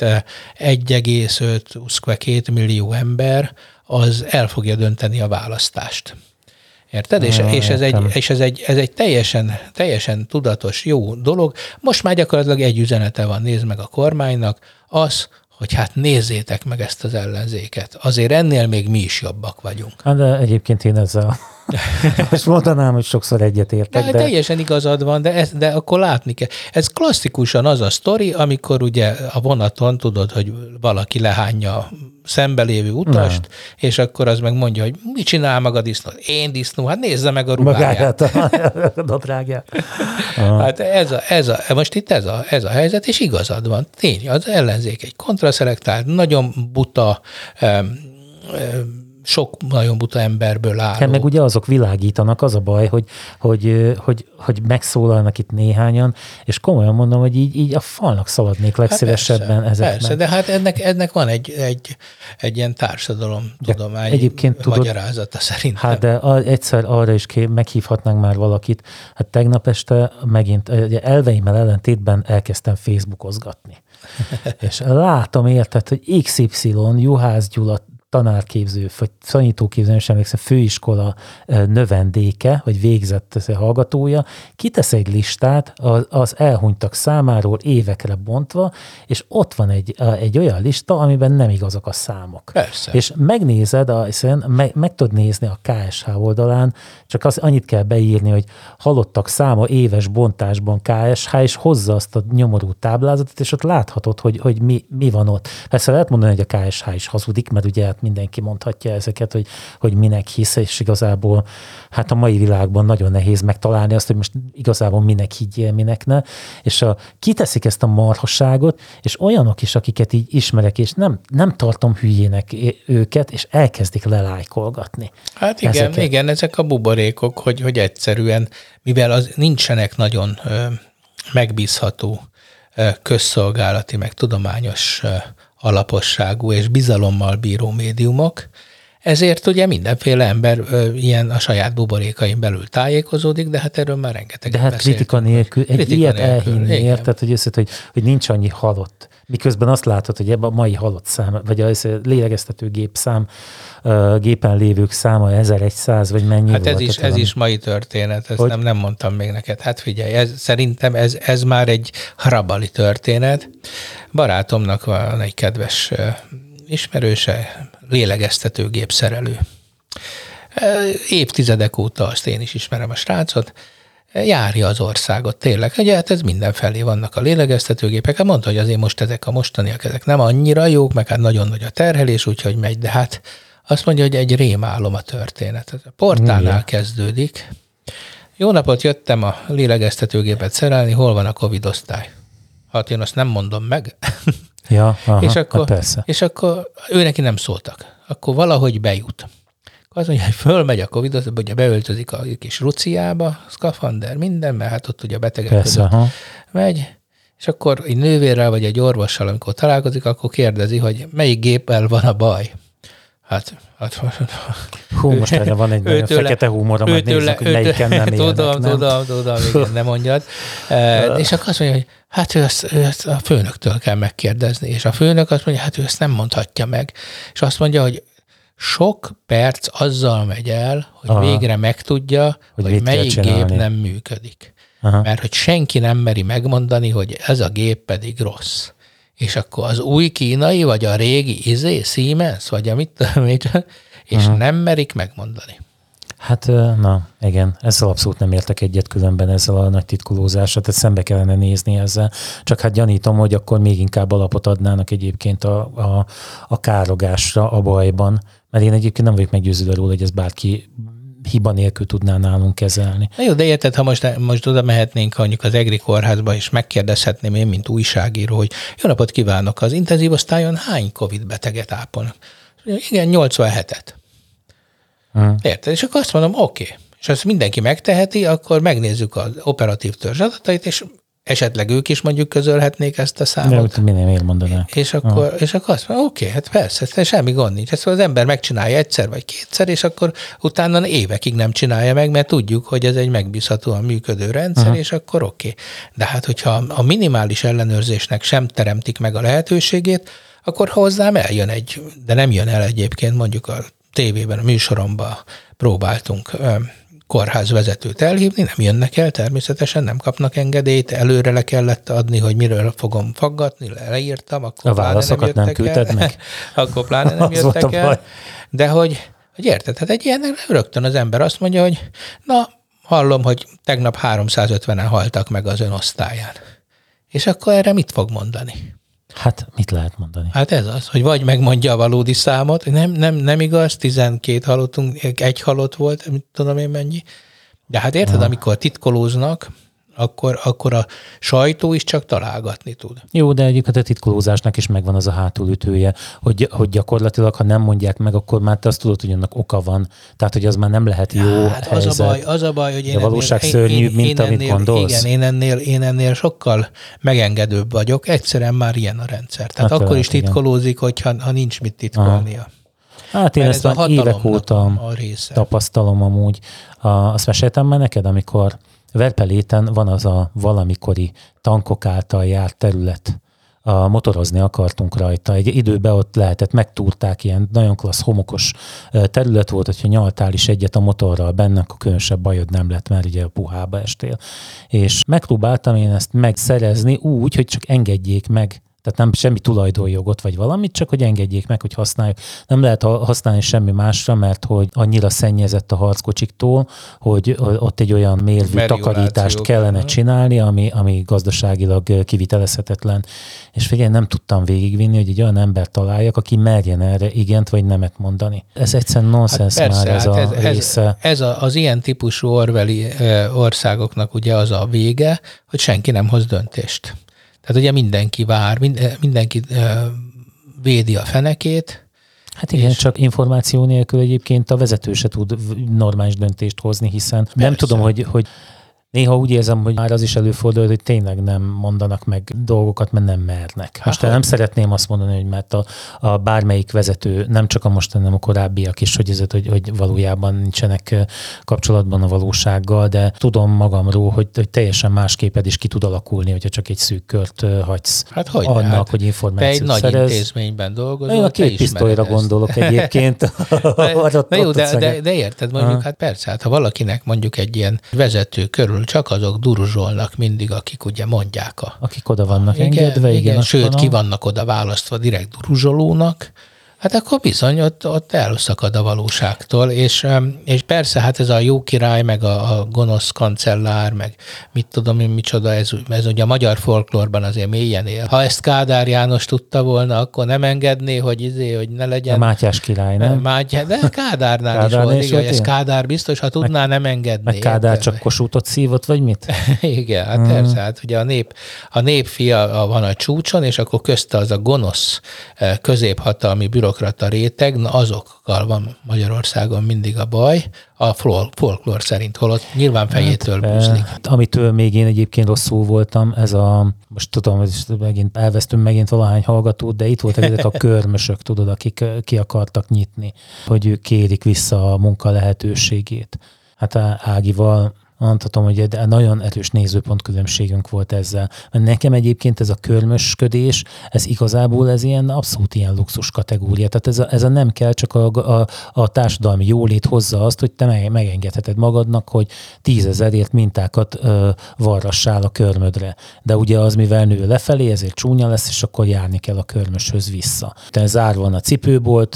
S4: 1,5-2 millió ember, az el fogja dönteni a választást. Érted? És ez egy teljesen tudatos, jó dolog. Most már gyakorlatilag egy üzenete van, nézd meg a kormánynak, az, hogy hát nézzétek meg ezt az ellenzéket. Azért ennél még mi is jobbak vagyunk.
S3: De egyébként én ezzel most mondanám, hogy sokszor egyetértek.
S4: De teljesen igazad van, de akkor látni kell. Ez klasszikusan az a sztori, amikor ugye a vonaton tudod, hogy valaki lehányja szembelévő utast, és akkor az meg mondja, hogy mit csinál maga disznó? Én disznó? Hát nézze meg a ruháját.
S3: A nadrágját.
S4: Hát most itt ez a helyzet, és igazad van. Tény, az ellenzék egy kontraszelektált, nagyon buta, sok nagyon buta emberből álló.
S3: Hát meg ugye azok világítanak, az a baj, hogy megszólalnak itt néhányan, és komolyan mondom, hogy így a falnak szaladnék legszívesebben ezekben.
S4: Persze, de hát ennek van egy ilyen társadalomtudomány magyarázata szerintem.
S3: Hát de egyszer arra is meghívhatnánk már valakit. Hát tegnap este megint elveimmel ellentétben elkezdtem Facebookozgatni. És látom, érted, hogy XY Juhász Gyula tanárképző, vagy tanítóképző, nem emlékszem, főiskola növendéke, vagy végzett hallgatója, kitesz egy listát az elhunytak számáról évekre bontva, és ott van egy olyan lista, amiben nem igazak a számok.
S4: Persze.
S3: És megnézed, meg tudod nézni a KSH oldalán, csak annyit kell beírni, hogy halottak száma éves bontásban KSH, és hozza azt a nyomorú táblázatot, és ott láthatod, hogy mi van ott. Persze lehet mondani, hogy a KSH is hazudik, mert ugye hát mindenki mondhatja ezeket, hogy minek hisz, és igazából hát a mai világban nagyon nehéz megtalálni azt, hogy most igazából minek higgyél, minek ne, és kiteszik ezt a marhaságot, és olyanok is, akiket így ismerek, és nem tartom hülyének őket, és elkezdik lelájkolgatni.
S4: Hát igen, ezek a buborékok, hogy egyszerűen, mivel nincsenek nagyon megbízható közszolgálati, meg tudományos alaposságú és bizalommal bíró médiumok, ezért ugye mindenféle ember ilyen a saját buborékain belül tájékozódik, de hát erről már rengeteget
S3: beszéltünk. De hát kritika nélkül, ilyet elhinni, érted, hogy nincs annyi halott. Miközben azt látod, hogy ebben a mai halott szám, vagy a lélegeztetőgép szám, gépen lévők száma 1100, vagy mennyi
S4: hát
S3: volt?
S4: Ez is mai történet, ezt nem mondtam még neked. Hát figyelj, szerintem ez már egy harabali történet. Barátomnak van egy kedves ismerőse, lélegeztetőgép szerelő. Évtizedek óta azt én is ismerem a srácot, járja az országot tényleg. Ugye hát ez mindenfelé vannak a lélegeztetőgépek. Hát mondta, hogy azért most ezek a mostaniak, ezek nem annyira jók, meg hát nagyon nagy a terhelés, úgyhogy megy, de hát azt mondja, hogy egy rémálom a történet. Ez a portálnál kezdődik. Jó napot, jöttem a lélegeztetőgépet szerelni, hol van a Covid osztály? Hát én azt nem mondom meg.
S3: Ja, aha,
S4: és akkor ő neki nem szóltak. Akkor valahogy bejut. Azt mondja, hogy fölmegy a Covid, ugye beöltözik a kis ruciába, szkafander, minden, mert hát ott ugye a betegek között megy, és akkor egy nővérrel vagy egy orvossal, amikor találkozik, akkor kérdezi, hogy melyik géppel van a baj. Hát
S3: most erre van egy nagyon fekete humora, majd nézzük, hogy melyiken nem élnek.
S4: Tudom, igen, nem mondjad. És akkor azt mondja, hogy hát ő ezt a főnöktől kell megkérdezni, és a főnök azt mondja, hát ő ezt nem mondhatja meg. És azt mondja, hogy sok perc azzal megy el, hogy végre megtudja, hogy melyik gép nem működik. Aha. Mert hogy senki nem meri megmondani, hogy ez a gép pedig rossz. És akkor az új kínai, vagy a régi Siemens, vagy a mit tudom, és nem merik megmondani.
S3: Hát, na, igen, ezzel abszolút nem értek egyet különben ezzel a nagy titkolózással, tehát szembe kellene nézni ezzel. Csak hát gyanítom, hogy akkor még inkább alapot adnának egyébként a károgásra a bajban, mert én egyébként nem vagyok meggyőződve róla, hogy ez bárki hiba nélkül tudná nálunk kezelni.
S4: Na jó, de érted, ha most oda mehetnénk mondjuk az EGRI kórházba, és megkérdezhetném én, mint újságíró, hogy jó napot kívánok, az intenzív osztályon hány Covid beteget ápolnak? Igen, 87-et. Érted? És akkor azt mondom, oké. És azt mindenki megteheti, akkor megnézzük az operatív törzs adatait, és esetleg ők is mondjuk közölhetnék ezt a számot.
S3: De miért mondanák?
S4: És akkor azt mondom, oké, hát persze, semmi gond nincs. Ezt az ember megcsinálja egyszer vagy kétszer, és akkor utána évekig nem csinálja meg, mert tudjuk, hogy ez egy megbízhatóan működő rendszer, és akkor oké. De hát, hogyha a minimális ellenőrzésnek sem teremtik meg a lehetőségét, akkor hozzám eljön de nem jön el egyébként, mondjuk a tévében, a műsoromban próbáltunk kórházvezetőt elhívni, nem jönnek el, természetesen nem kapnak engedélyt, előre le kellett adni, hogy miről fogom faggatni, leírtam, akkor
S3: a válaszokat nem küldted meg.
S4: Akkor pláne nem jöttek el. De hogy érted, hát egy ilyen rögtön az ember azt mondja, hogy na, hallom, hogy tegnap 350-en haltak meg az ön osztályán. És akkor erre mit fog mondani?
S3: Hát mit lehet mondani?
S4: Hát ez az, hogy vagy megmondja a valódi számot, nem igaz, 12 halottunk, egy halott volt, mit tudom én mennyi. De hát érted, amikor titkolóznak, akkor a sajtó is csak találgatni tud.
S3: Jó, de egyébként a titkolózásnak is megvan az a hátulütője, hogy gyakorlatilag, ha nem mondják meg, akkor már te azt tudod, hogy annak oka van. Tehát, hogy az már nem lehet jó
S4: hát
S3: helyzet.
S4: az a baj, hogy
S3: a valóság szörnyűbb, mint amit gondolsz.
S4: Igen, én ennél sokkal megengedőbb vagyok. Egyszerűen már ilyen a rendszer. Tehát
S3: Hát
S4: akkor is
S3: igen.
S4: titkolózik, hogyha nincs mit titkolnia.
S3: Hát én ezt már évek óta tapasztalom amúgy. Azt meséltem már neked, amikor Verpeléten van az a valamikori tankok által járt terület. Motorozni akartunk rajta. Egy időben ott lehetett, megtúrták, ilyen nagyon klassz homokos terület volt, hogyha nyaltál is egyet a motorral benne, akkor különösebb bajod nem lett, mert ugye a puhába estél. És megpróbáltam én ezt megszerezni úgy, hogy csak engedjék meg. Tehát nem semmi tulajdonjogot vagy valamit, csak hogy engedjék meg, hogy használjuk. Nem lehet használni semmi másra, mert hogy annyira szennyezett a harckocsiktól, hogy ott egy olyan mérvű takarítást kellene csinálni, ami gazdaságilag kivitelezhetetlen. És figyelj, nem tudtam végigvinni, hogy egy olyan ember találjak, aki merjen erre igent vagy nemet mondani. Ez egyszerűen nonsens már ez a része.
S4: Ez az ilyen típusú orwelli országoknak ugye az a vége, hogy senki nem hoz döntést. Tehát ugye mindenki vár, mindenki védi a fenekét.
S3: Hát igen, csak információ nélkül egyébként a vezető se tud normális döntést hozni, hiszen persze. Nem tudom, hogy néha úgy érzem, hogy már az is előfordul, hogy tényleg nem mondanak meg dolgokat, mert nem mernek. Most nem szeretném azt mondani, hogy mert a bármelyik vezető, nem csak a mostani, hanem a korábbiak is, hogy valójában nincsenek kapcsolatban a valósággal, de tudom magamról, hogy teljesen más képed is ki tud alakulni, hogyha csak egy szűk kört hagysz annak, hogy információt szerez.
S4: Te egy nagy intézményben dolgozol,
S3: én a két pisztolyra gondolok egyébként.
S4: Na jó, de érted, mondjuk, hát persze, hát ha valakinek mondjuk egy ilyen vezető körül csak azok duruzsolnak mindig, akik ugye mondják
S3: akik oda vannak engedve.
S4: Igen, sőt, ki vannak oda választva direkt duruzsolónak, hát akkor bizony ott elszakad a valóságtól, és persze hát ez a jó király, meg a gonosz kancellár, meg mit tudom én micsoda, ez ugye a magyar folklórban azért mélyen él. Ha ezt Kádár János tudta volna, akkor nem engedné, hogy ne legyen...
S3: A Mátyás király, nem?
S4: De Kádárnál is volt, igen, ez Kádár biztos, ha tudná, nem engedné.
S3: Meg Kádár csak Kossuthot szívott, vagy mit?
S4: Igen, hát persze, hát ugye a nép fia van a csúcson, és akkor közte az a gonosz középhatalmi bürokrata réteg, na azokkal van Magyarországon mindig a baj, a folklór szerint, holott nyilván fejétől bűzlik.
S3: Amitől még én egyébként rosszul voltam, ez most tudom, hogy elvesztünk megint valahány hallgatót, de itt voltak ezek a körmösök, tudod, akik ki akartak nyitni, hogy ők kérik vissza a munka lehetőségét. Hát Ágival mondhatom, hogy nagyon erős nézőpontkülönbségünk volt ezzel. Mert nekem egyébként ez a körmösködés, ez igazából ilyen abszolút ilyen luxus kategória. Tehát ez a nem kell, csak a társadalmi jólét hozza azt, hogy te megengedheted magadnak, hogy 10 000-ért mintákat varrassál a körmödre. De ugye az, mivel nő lefelé, ezért csúnya lesz, és akkor járni kell a körmöshöz vissza. Tehát zárva van a cipőbolt,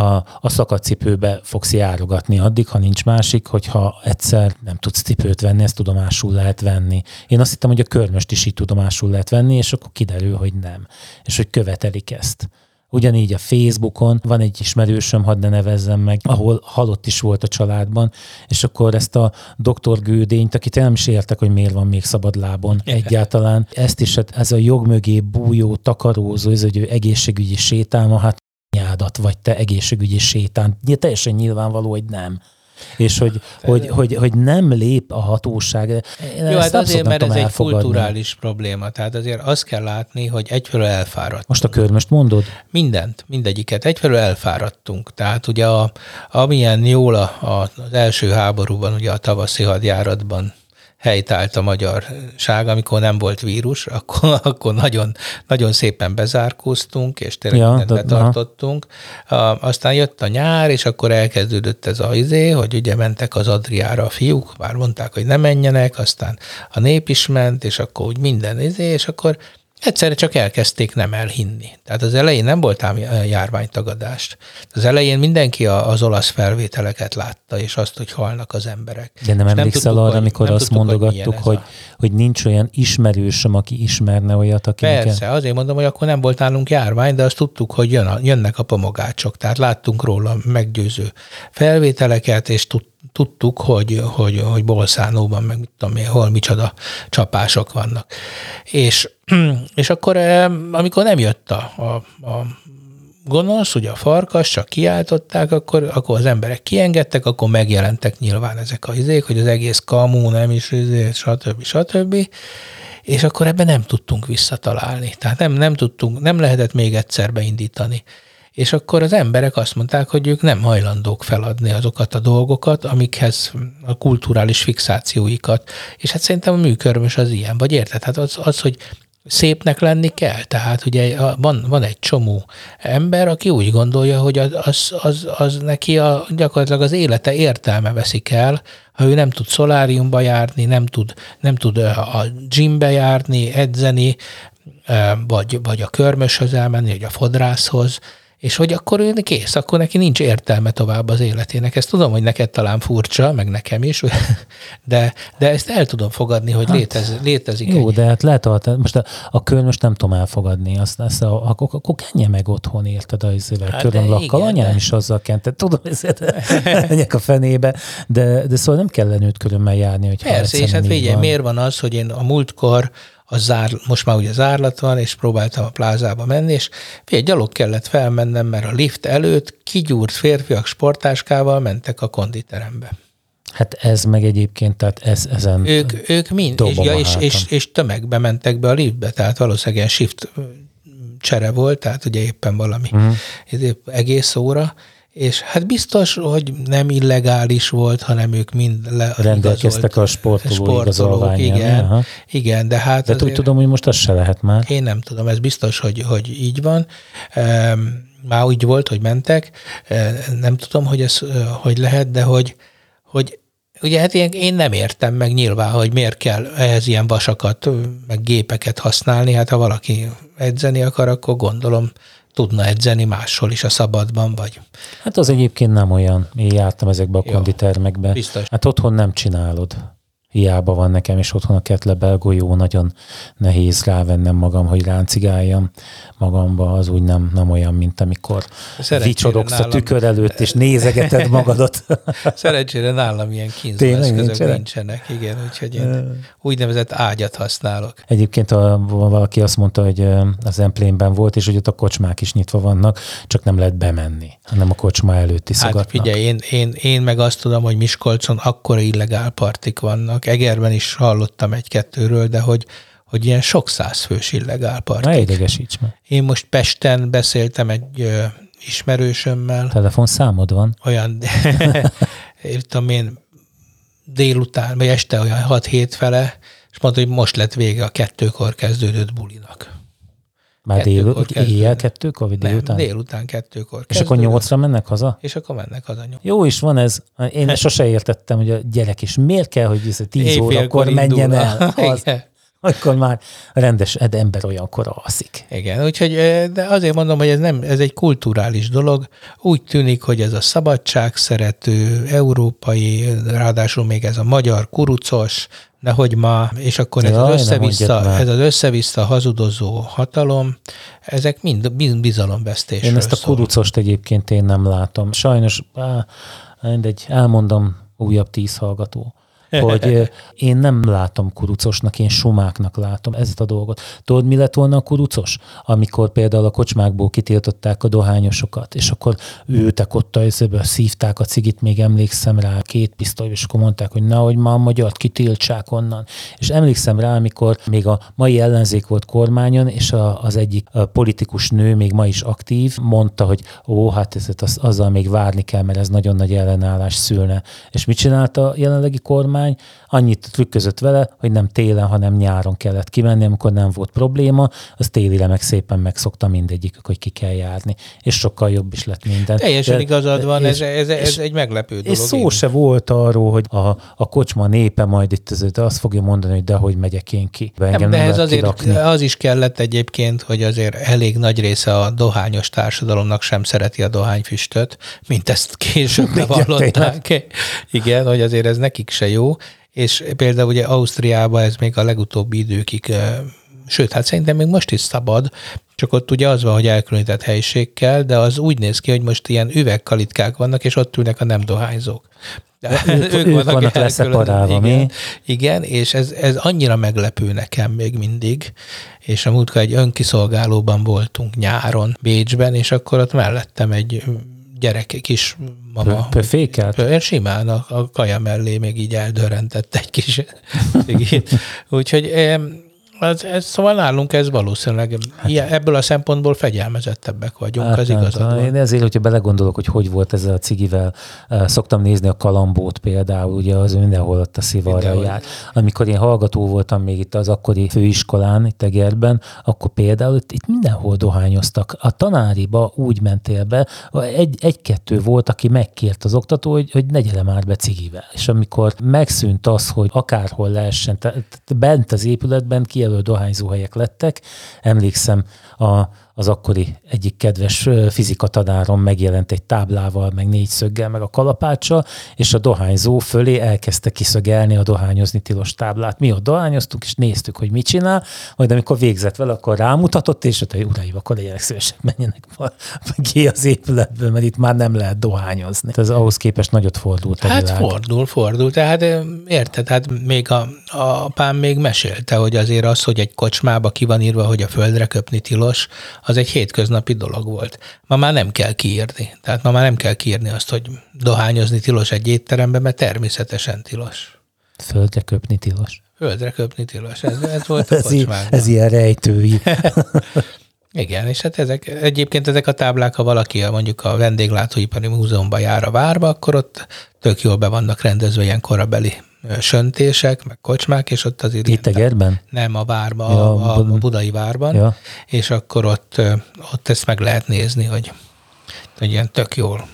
S3: a szakadt cipőbe fogsz járogatni addig, ha nincs másik, hogyha egyszer nem tudsz cipőt venni, ezt tudomásul lehet venni. Én azt hittem, hogy a körmöst is így tudomásul lehet venni, és akkor kiderül, hogy nem. És hogy követelik ezt. Ugyanígy a Facebookon van egy ismerősöm, hadd ne nevezzem meg, ahol halott is volt a családban, és akkor ezt a Dr. Gődényt, akit nem is értek, hogy miért van még szabadlábon egyáltalán, ezt is, ez a jog mögé bújó, takarózó, ez egy egészségügyi sétálma, hát nyádat vagy te egészségügyi sétán. Teljesen nyilvánvaló, hogy nem. És hogy nem lép a hatóság.
S4: Jó, hát azért, mert ez egy kulturális probléma. Tehát azért azt kell látni, hogy egyfelől elfáradtunk.
S3: Most a körmöst mondod?
S4: Mindegyiket. Egyfelől elfáradtunk. Tehát ugye amilyen jól az első háborúban, ugye a tavaszi hadjáratban helytált a magyarság, amikor nem volt vírus, akkor nagyon, nagyon szépen bezárkóztunk, és tényleg mindent betartottunk. Aztán jött a nyár, és akkor elkezdődött ez hogy ugye mentek az Adriára a fiúk, bár mondták, hogy ne menjenek, aztán a nép is ment, és akkor úgy minden és akkor egyszerre csak elkezdték nem elhinni. Tehát az elején nem volt ám járványtagadást. Az elején mindenki az olasz felvételeket látta, és azt, hogy halnak az emberek.
S3: De nem emlékszel arra, amikor azt mondogattuk, hogy nincs olyan ismerősöm, aki ismerne olyat, aki...
S4: Persze, azért mondom, hogy akkor nem volt nálunk járvány, de azt tudtuk, hogy jönnek a pomogácsok. Tehát láttunk róla meggyőző felvételeket, és tudtuk, hogy Bolszánóban, meg mit tudom én, hol micsoda csapások vannak. És akkor, amikor nem jött a gonosz, ugye a farkas, csak kiáltották, akkor az emberek kiengedtek, akkor megjelentek nyilván ezek a izék, hogy az egész kamu, nem is stb. És akkor ebben nem tudtunk visszatalálni. Tehát nem lehetett még egyszer beindítani. És akkor az emberek azt mondták, hogy ők nem hajlandók feladni azokat a dolgokat, amikhez a kulturális fixációikat. És hát szerintem a műkörmös az ilyen. Vagy érted? Hát az, hogy szépnek lenni kell. Tehát ugye van egy csomó ember, aki úgy gondolja, hogy az neki gyakorlatilag az élete értelme veszik el, ha ő nem tud szoláriumba járni, nem tud a gymbe járni, edzeni, vagy a körmöshöz elmenni, vagy a fodrászhoz, és hogy akkor ő kész, akkor neki nincs értelme tovább az életének. Ezt tudom, hogy neked talán furcsa, meg nekem is, de ezt el tudom fogadni, hogy létezik.
S3: Jó, de hát lehet, most a körmöst nem tudom elfogadni, akkor kenje meg otthon, érted, körömlakkal, anyám is azzal kent, tudom, menjek a fenébe, de szóval nem kell lennőtt körömmel járni, hogy
S4: persze, és hát figyelj, miért van az, hogy én a múltkor most már ugye zárlat van, és próbáltam a plázába menni, és gyalog kellett felmennem, mert a lift előtt kigyúrt férfiak sporttáskával mentek a konditerembe.
S3: Hát ez meg egyébként, tehát ezen
S4: ők mind, és tömegbe mentek be a liftbe, tehát valószínűleg shift csere volt, tehát ugye éppen valami egész óra, és hát biztos, hogy nem illegális volt, hanem ők mind
S3: rendelkeztek a sportoló igazolványán.
S4: Igen, de hát...
S3: De úgy tudom, hogy most az se lehet már.
S4: Én nem tudom, ez biztos, hogy így van. Már úgy volt, hogy mentek. Nem tudom, hogy ez hogy lehet, de hogy ugye hát én nem értem meg nyilván, hogy miért kell ehhez ilyen vasakat, meg gépeket használni. Hát ha valaki edzeni akar, akkor gondolom tudna edzeni máshol is a szabadban, vagy...
S3: Hát az egyébként nem olyan. Én jártam ezekbe a konditermekbe.
S4: Biztos.
S3: Hát otthon nem csinálod. Hiába van nekem is otthon a kettlebell golyó, nagyon nehéz rávennem magam, hogy ráncigáljam magamba, az úgy nem olyan, mint amikor vicsorogsz a tükör előtt, és nézegeted magadat.
S4: Szerencsére nálam ilyen kínzóeszközök nincsenek, igen, úgyhogy én úgynevezett ágyat használok.
S3: Egyébként valaki azt mondta, hogy az Emplénben volt, és hogy ott a kocsmák is nyitva vannak, csak nem lehet bemenni, hanem a kocsma előtt iszogatnak.
S4: Hát figyelj, én meg azt tudom, hogy Miskolcon akkora illegál partik vannak. Egerben is hallottam egy-kettőről, de hogy ilyen sok százfős illegál partik.
S3: Ne idegesíts meg.
S4: Én most Pesten beszéltem egy ismerősömmel.
S3: Telefonszámod van?
S4: Olyan, tudom én, délután, vagy este olyan 6-7 fele, és mondta, hogy most lett vége a 2-kor kezdődött bulinak.
S3: Már éjjel 2-kor, vagy délután?
S4: Nem, délután 2-kor.
S3: És akkor 8-ra mennek haza?
S4: És akkor mennek haza 8.
S3: Jó is van ez. Én sose értettem, hogy a gyerek is miért kell, hogy 10 órakor menjen el. Akkor már rendes ember olyankor alszik.
S4: Igen, úgyhogy de azért mondom, hogy ez egy kulturális dolog. Úgy tűnik, hogy ez a szabadságszerető, európai, ráadásul még ez a magyar kurucos, nehogy ma, és akkor ez az össze-vissza hazudozó hatalom, ezek mind bizalomvesztésről
S3: Én ezt a kurucost egyébként én nem látom. Sajnos, elmondom, újabb 10 hallgató, hogy én nem látom kurucosnak, én sumáknak látom ezt a dolgot. Tudod, mi lett volna a kurucos? Amikor például a kocsmákból kitiltották a dohányosokat, és akkor ültek ott, szívták a cigit, még emlékszem rá, 2 pisztoly, és akkor mondták, hogy nehogy már a magyart kitiltsák onnan. És emlékszem rá, amikor még a mai ellenzék volt kormányon, és az egyik politikus nő, még ma is aktív, mondta, hogy hát azzal még várni kell, mert ez nagyon nagy ellenállás szülne. És mit csinálta a jelenlegi kormány? Annyit trükközött vele, hogy nem télen, hanem nyáron kellett kimenni, amikor nem volt probléma, az télire meg szépen megszokta mindegyik, hogy ki kell járni. És sokkal jobb is lett minden.
S4: Teljesen igazad van, ez egy meglepő dolog.
S3: És szó se volt arról, hogy a kocsma népe majd itt azt fogja mondani, hogy dehogy megyek én ki.
S4: De ez azért az is kellett egyébként, hogy azért elég nagy része a dohányos társadalomnak sem szereti a dohányfüstöt, mint ezt később bevallották. Igen, hogy azért ez nekik se jó. És például ugye Ausztriában ez még a legutóbbi időkig, sőt, hát szerintem még most is szabad, csak ott ugye az van, hogy elkülönített helység kell, de az úgy néz ki, hogy most ilyen üvegkalitkák vannak, és ott ülnek a nem dohányzók.
S3: Ők vannak leszeparálva, mi?
S4: Igen, és ez annyira meglepő nekem még mindig, és a múltkor egy önkiszolgálóban voltunk nyáron Bécsben, és akkor ott mellettem egy gyerek, kis mama.
S3: Pöfékelt?
S4: Simán a kaja mellé még így eldörrentett egy kis cigit. Úgyhogy szóval nálunk ez valószínűleg ebből a szempontból fegyelmezettebbek vagyunk, az igazad.
S3: Én ezért, hogyha belegondolok, hogy volt ezzel a cigivel, szoktam nézni a Kalambót például, ugye az mindenhol ott a szivarra jár. Amikor én hallgató voltam még itt az akkori főiskolán, itt Egerben, akkor például itt mindenhol dohányoztak. A tanáriba úgy mentél be, egy-kettő volt, aki megkért az oktató, hogy ne gyere már be cigivel. És amikor megszűnt az, hogy akárhol lehessen, bent az épületben kijelölt dohányzóhelyek lettek. Emlékszem, az akkori egyik kedves fizikatanárom megjelent egy táblával, meg 4 szöggel, meg a kalapáccsal, és a dohányzó fölé elkezdte kiszögelni a dohányozni tilos táblát. Mi ott dohányoztunk, és néztük, hogy mit csinál, majd amikor végzett vele, akkor rámutatott, és hogy uraim, akkor legyenek szívesek, menjenek ki az épületből, mert itt már nem lehet dohányozni. Ez ahhoz képest nagyot fordult a világ.
S4: Hát fordul. Tehát érted, hát még a apám még mesélte, hogy azért az, hogy egy kocsmába ki van írva, hogy a földre köpni tilos, az egy hétköznapi dolog volt. Ma már nem kell kiírni. Tehát ma már nem kell kiírni azt, hogy dohányozni tilos egy étteremben, mert természetesen tilos.
S3: Földre köpni tilos.
S4: Földre köpni tilos. Ez volt a kocsmákban.
S3: Ez ilyen rejtői.
S4: Igen, és hát egyébként ezek a táblák, ha valaki mondjuk a vendéglátóipari múzeumban jár a várba, akkor ott tök jól be vannak rendezve ilyen korabeli söntések, meg kocsmák, és ott azért...
S3: Itt Egerben?
S4: Nem, a várban, a budai várban, és akkor ott ezt meg lehet nézni, hogy ilyen tök jól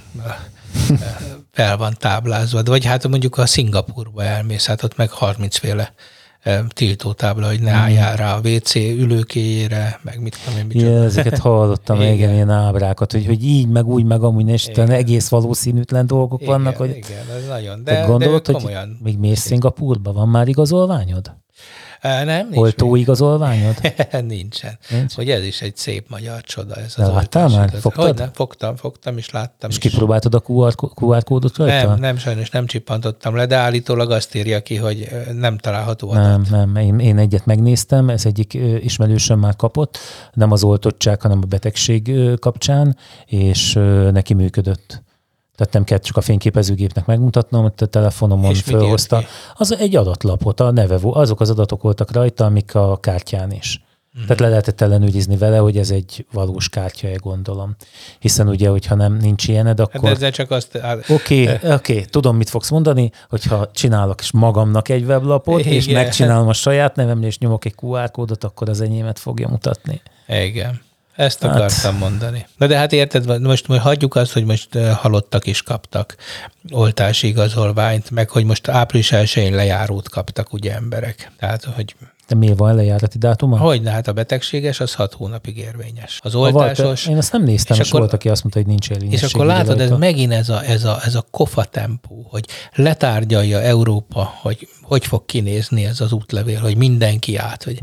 S4: fel van táblázva. Vagy hát mondjuk a Szingapúrba elmész, hát ott meg 30 féle tiltótábla, hogy ne álljál rá a WC ülőkéjére, meg mit tudom én.
S3: Ja, ezeket hallottam, igen, ilyen ábrákat, hogy így, meg úgy, meg amúgy, és egész valószínűtlen dolgok vannak. Hogy...
S4: Igen, ez nagyon.
S3: De gondolod, hogy még mész Szingapúrba? Van már igazolványod?
S4: Nem, nincs.
S3: Oltóigazolványod?
S4: Nincsen. Hogy ez is egy szép magyar csoda. Ez az
S3: láttál már? Fogtad?
S4: Fogtam, és láttam.
S3: És kipróbáltad a QR kódot rajta?
S4: Nem, sajnos nem csippantottam le, de állítólag azt írja ki, hogy nem található adat.
S3: Nem. Én egyet megnéztem, ez egyik ismerősöm már kapott, nem az oltottság, hanem a betegség kapcsán, és neki működött. Tehát nem kellett csak a fényképezőgépnek megmutatnom, a telefonomon fölhozta. Az egy adatlapot, a neve, azok az adatok voltak rajta, amik a kártyán is. Tehát le lehetett ellenőrizni vele, hogy ez egy valós kártya, gondolom. Hiszen ugye, hogyha nincs ilyened, akkor...
S4: Hát ezzel csak azt...
S3: Oké, tudom, mit fogsz mondani, hogyha csinálok is magamnak egy weblapot, és megcsinálom a saját nevemre, és nyomok egy QR kódot, akkor az enyémet fogja mutatni.
S4: Igen. Ezt akartam mondani. Na de hát érted, most hagyjuk azt, hogy most halottak is kaptak oltási igazolványt, meg hogy most április 1-én lejárót kaptak ugye emberek. Tehát, hogy...
S3: De miért van lejárati dátuma?
S4: Hogyne, hát a betegséges az 6 hónapig érvényes. Az oltásos...
S3: Én azt nem néztem, és volt, aki azt mondta, hogy nincs érvényesség.
S4: És akkor látod, ez megint ez a kofa tempó, hogy letárgyalja Európa, hogy fog kinézni ez az útlevél, hogy mindenki át. Hogy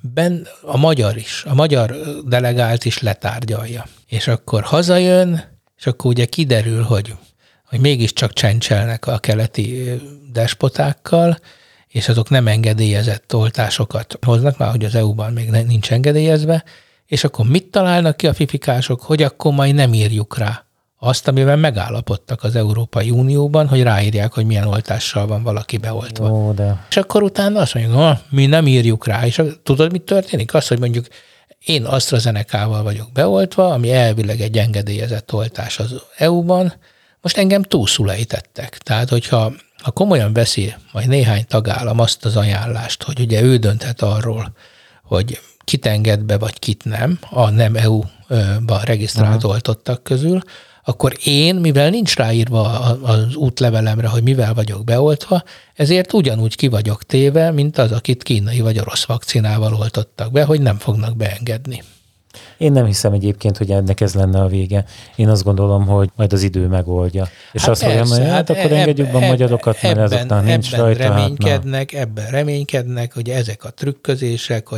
S4: a magyar delegált is letárgyalja. És akkor hazajön, és akkor ugye kiderül, hogy mégiscsak csencselnek a keleti despotákkal, és azok nem engedélyezett oltásokat hoznak, már hogy az EU-ban még nincs engedélyezve, és akkor mit találnak ki a fifikások, hogy akkor majd nem írjuk rá azt, amivel megállapodtak az Európai Unióban, hogy ráírják, hogy milyen oltással van valaki beoltva. És akkor utána azt mondjuk, mi nem írjuk rá, és tudod, mit történik? Az, hogy mondjuk én AstraZeneca-val vagyok beoltva, ami elvileg egy engedélyezett oltás az EU-ban, most engem túlszul ejtettek. Tehát, hogyha komolyan veszi majd néhány tagállam azt az ajánlást, hogy ugye ő dönthet arról, hogy kit enged be, vagy kit nem, a nem EU-ban regisztrált oltottak közül, akkor én, mivel nincs ráírva az útlevelemre, hogy mivel vagyok beoltva, ezért ugyanúgy ki vagyok téve, mint az, akit kínai vagy orosz vakcinával oltottak be, hogy nem fognak beengedni.
S3: Én nem hiszem egyébként, hogy ennek ez lenne a vége. Én azt gondolom, hogy majd az idő megoldja. És azt mondjam, hogy akkor engedjük be a magyarokat, mert azoknál nincs rajta.
S4: Ebben reménykednek, hogy ezek a trükközések, hogy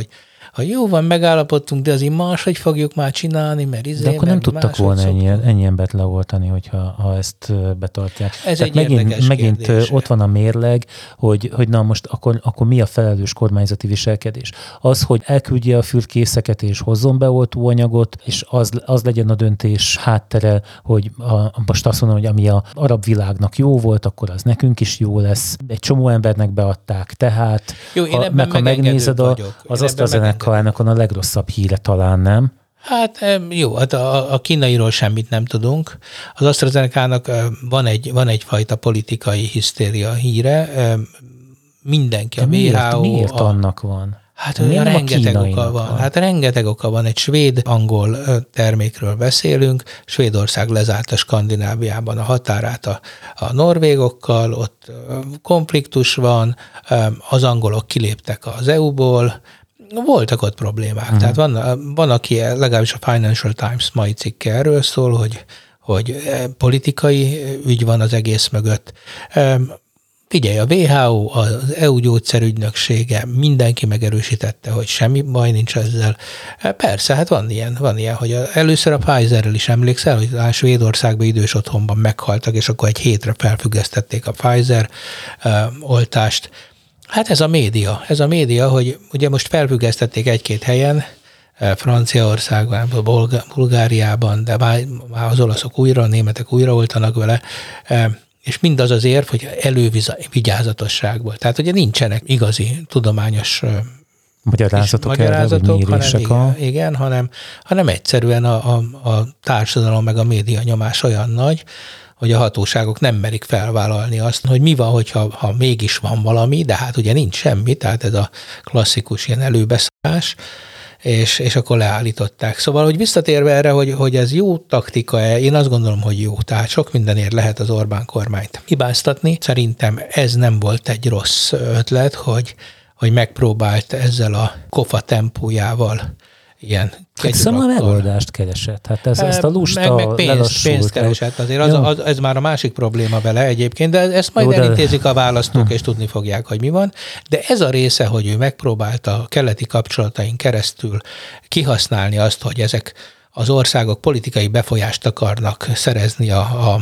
S4: ha jó van, megállapodtunk, de azért máshogy fogjuk már csinálni, mert
S3: de akkor nem tudtak volna ennyi embert leoltani, ha ezt betartják.
S4: Ez
S3: tehát
S4: egy
S3: megint ott van a mérleg, hogy na most akkor mi a felelős kormányzati viselkedés? Az, hogy elküldje a fürkészeket és hozzon be oltóanyagot, és az legyen a döntés háttere, hogy most azt mondom, hogy ami az arab világnak jó volt, akkor az nekünk is jó lesz. Egy csomó embernek beadták, tehát
S4: jó,
S3: ha megnézed, az AstraZeneca-nak a legrosszabb híre talán, nem?
S4: Hát jó, hát a kínairól semmit nem tudunk. Az AstraZeneca-nak van egyfajta politikai hisztéria híre. Mindenki, a WHO...
S3: Miért annak van?
S4: Hát rengeteg oka van. Hát rengeteg oka van. Egy svéd-angol termékről beszélünk. Svédország lezárta Skandináviában a határát a norvégokkal, ott konfliktus van, az angolok kiléptek az EU-ból, voltak ott problémák. Tehát van, aki legalábbis a Financial Times mai cikke erről szól, hogy politikai ügy van az egész mögött. Figyelj, a WHO, az EU gyógyszerügynöksége, mindenki megerősítette, hogy semmi baj nincs ezzel. Persze, hát van ilyen, hogy először a Pfizerrel is emlékszel, hogy a Svédországban idős otthonban meghaltak, és akkor egy hétre felfüggesztették a Pfizer oltást. Hát ez a média, hogy ugye most felfüggesztették egy-két helyen, Franciaországban, Bulgáriában, de már az olaszok újra, a németek újra oltanak vele, és mindaz az érv, hogy elővigyázatosságból. Tehát ugye nincsenek igazi tudományos magyarázatok hanem egyszerűen a társadalom meg a média nyomás olyan nagy, hogy a hatóságok nem merik felvállalni azt, hogy mi van, ha mégis van valami, de hát ugye nincs semmi, tehát ez a klasszikus ilyen előbeszállás, és akkor leállították. Szóval, hogy visszatérve erre, hogy ez jó taktika-e, én azt gondolom, hogy jó. Tehát sok mindenért lehet az Orbán kormányt hibáztatni. Szerintem ez nem volt egy rossz ötlet, hogy megpróbált ezzel a kofa tempójával ilyen
S3: szóval megoldást keresett. Hát ezt a lusta
S4: meg pénzt keresett. Azért ez már a másik probléma vele egyébként, de ezt majd elintézik a választók, és tudni fogják, hogy mi van. De ez a része, hogy ő megpróbálta a keleti kapcsolatain keresztül kihasználni azt, hogy ezek az országok politikai befolyást akarnak szerezni a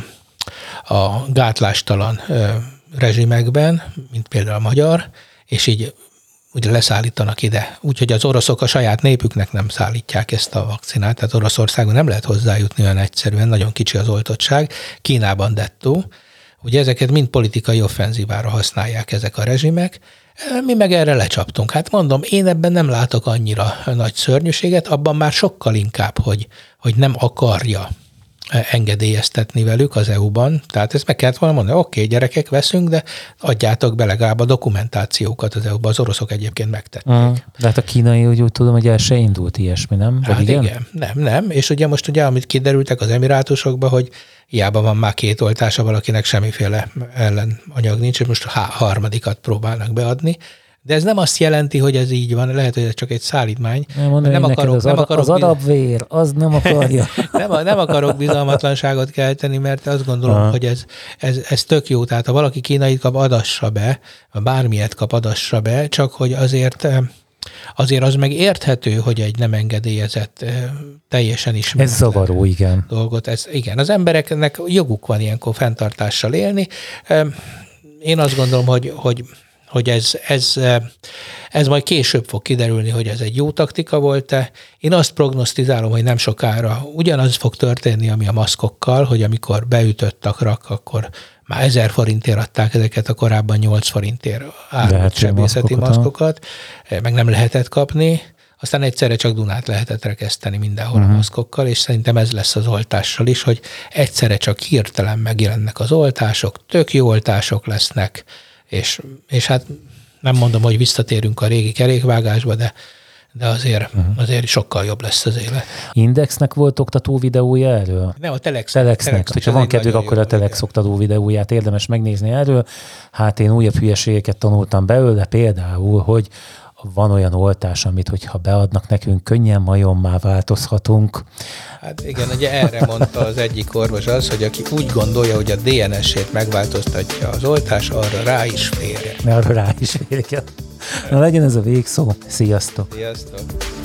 S4: gátlástalan rezsimekben, mint például a magyar, és így ugye leszállítanak ide. Úgyhogy az oroszok a saját népüknek nem szállítják ezt a vakcinát, tehát Oroszországon nem lehet hozzájutni olyan egyszerűen, nagyon kicsi az oltottság, Kínában dettó. Ugye ezeket mind politikai offenzívára használják ezek a rezsimek, mi meg erre lecsaptunk. Hát mondom, én ebben nem látok annyira nagy szörnyűséget, abban már sokkal inkább, hogy nem akarja engedélyeztetni velük az EU-ban. Tehát ezt meg kellett volna mondani, oké, gyerekek, veszünk, de adjátok be legalább a dokumentációkat az EU-ba. Az oroszok egyébként megtették.
S3: De hát a kínai úgy tudom, hogy el se indult ilyesmi, nem?
S4: Hát igen, nem. És ugye most amit kiderültek az Emirátusokban, hogy hiába van már 2 oltása valakinek, semmiféle ellenanyag nincs, és most harmadikat próbálnak beadni. De ez nem azt jelenti, hogy ez így van, lehet, hogy ez csak egy szállítmány.
S3: Nem akarok az arabvér, az nem akarja.
S4: nem akarok bizalmatlanságot kelteni, mert azt gondolom, hogy ez tök jó. Tehát ha valaki kínait kap, adassa be, bármilyet kap, adassa be, csak hogy azért az meg érthető, hogy egy nem engedélyezett, teljesen ismeretlen
S3: ez zavaró, igen.
S4: Dolgot. Igen, az embereknek joguk van ilyenkor fenntartással élni. Én azt gondolom, hogy ez majd később fog kiderülni, hogy ez egy jó taktika volt-e. Én azt prognosztizálom, hogy nem sokára ugyanaz fog történni, ami a maszkokkal, hogy amikor beütött a krak, akkor már 1000 forintért adták ezeket a korábban 8 forintért árult sebészeti maszkokat, meg nem lehetett kapni. Aztán egyszerre csak Dunát lehetett rekeszteni mindenhol a maszkokkal, és szerintem ez lesz az oltással is, hogy egyszerre csak hirtelen megjelennek az oltások, tök jó oltások lesznek, és hát nem mondom, hogy visszatérünk a régi kerékvágásba, de azért sokkal jobb lesz az élet.
S3: Indexnek volt oktató videója erről?
S4: Nem, a Telexnek.
S3: Hogyha van kedvük, akkor a Telex oktató videóját érdemes megnézni erről. Hát én újabb hülyeségeket tanultam belőle, például, hogy van olyan oltás, amit hogyha beadnak nekünk, könnyen majommá változhatunk.
S4: Hát igen, ugye erre mondta az egyik orvos az, hogy aki úgy gondolja, hogy a DNS-ét megváltoztatja az oltás, arra rá is férjen.
S3: Arra rá is férjen. Na legyen ez a végszó. Sziasztok!
S4: Sziasztok!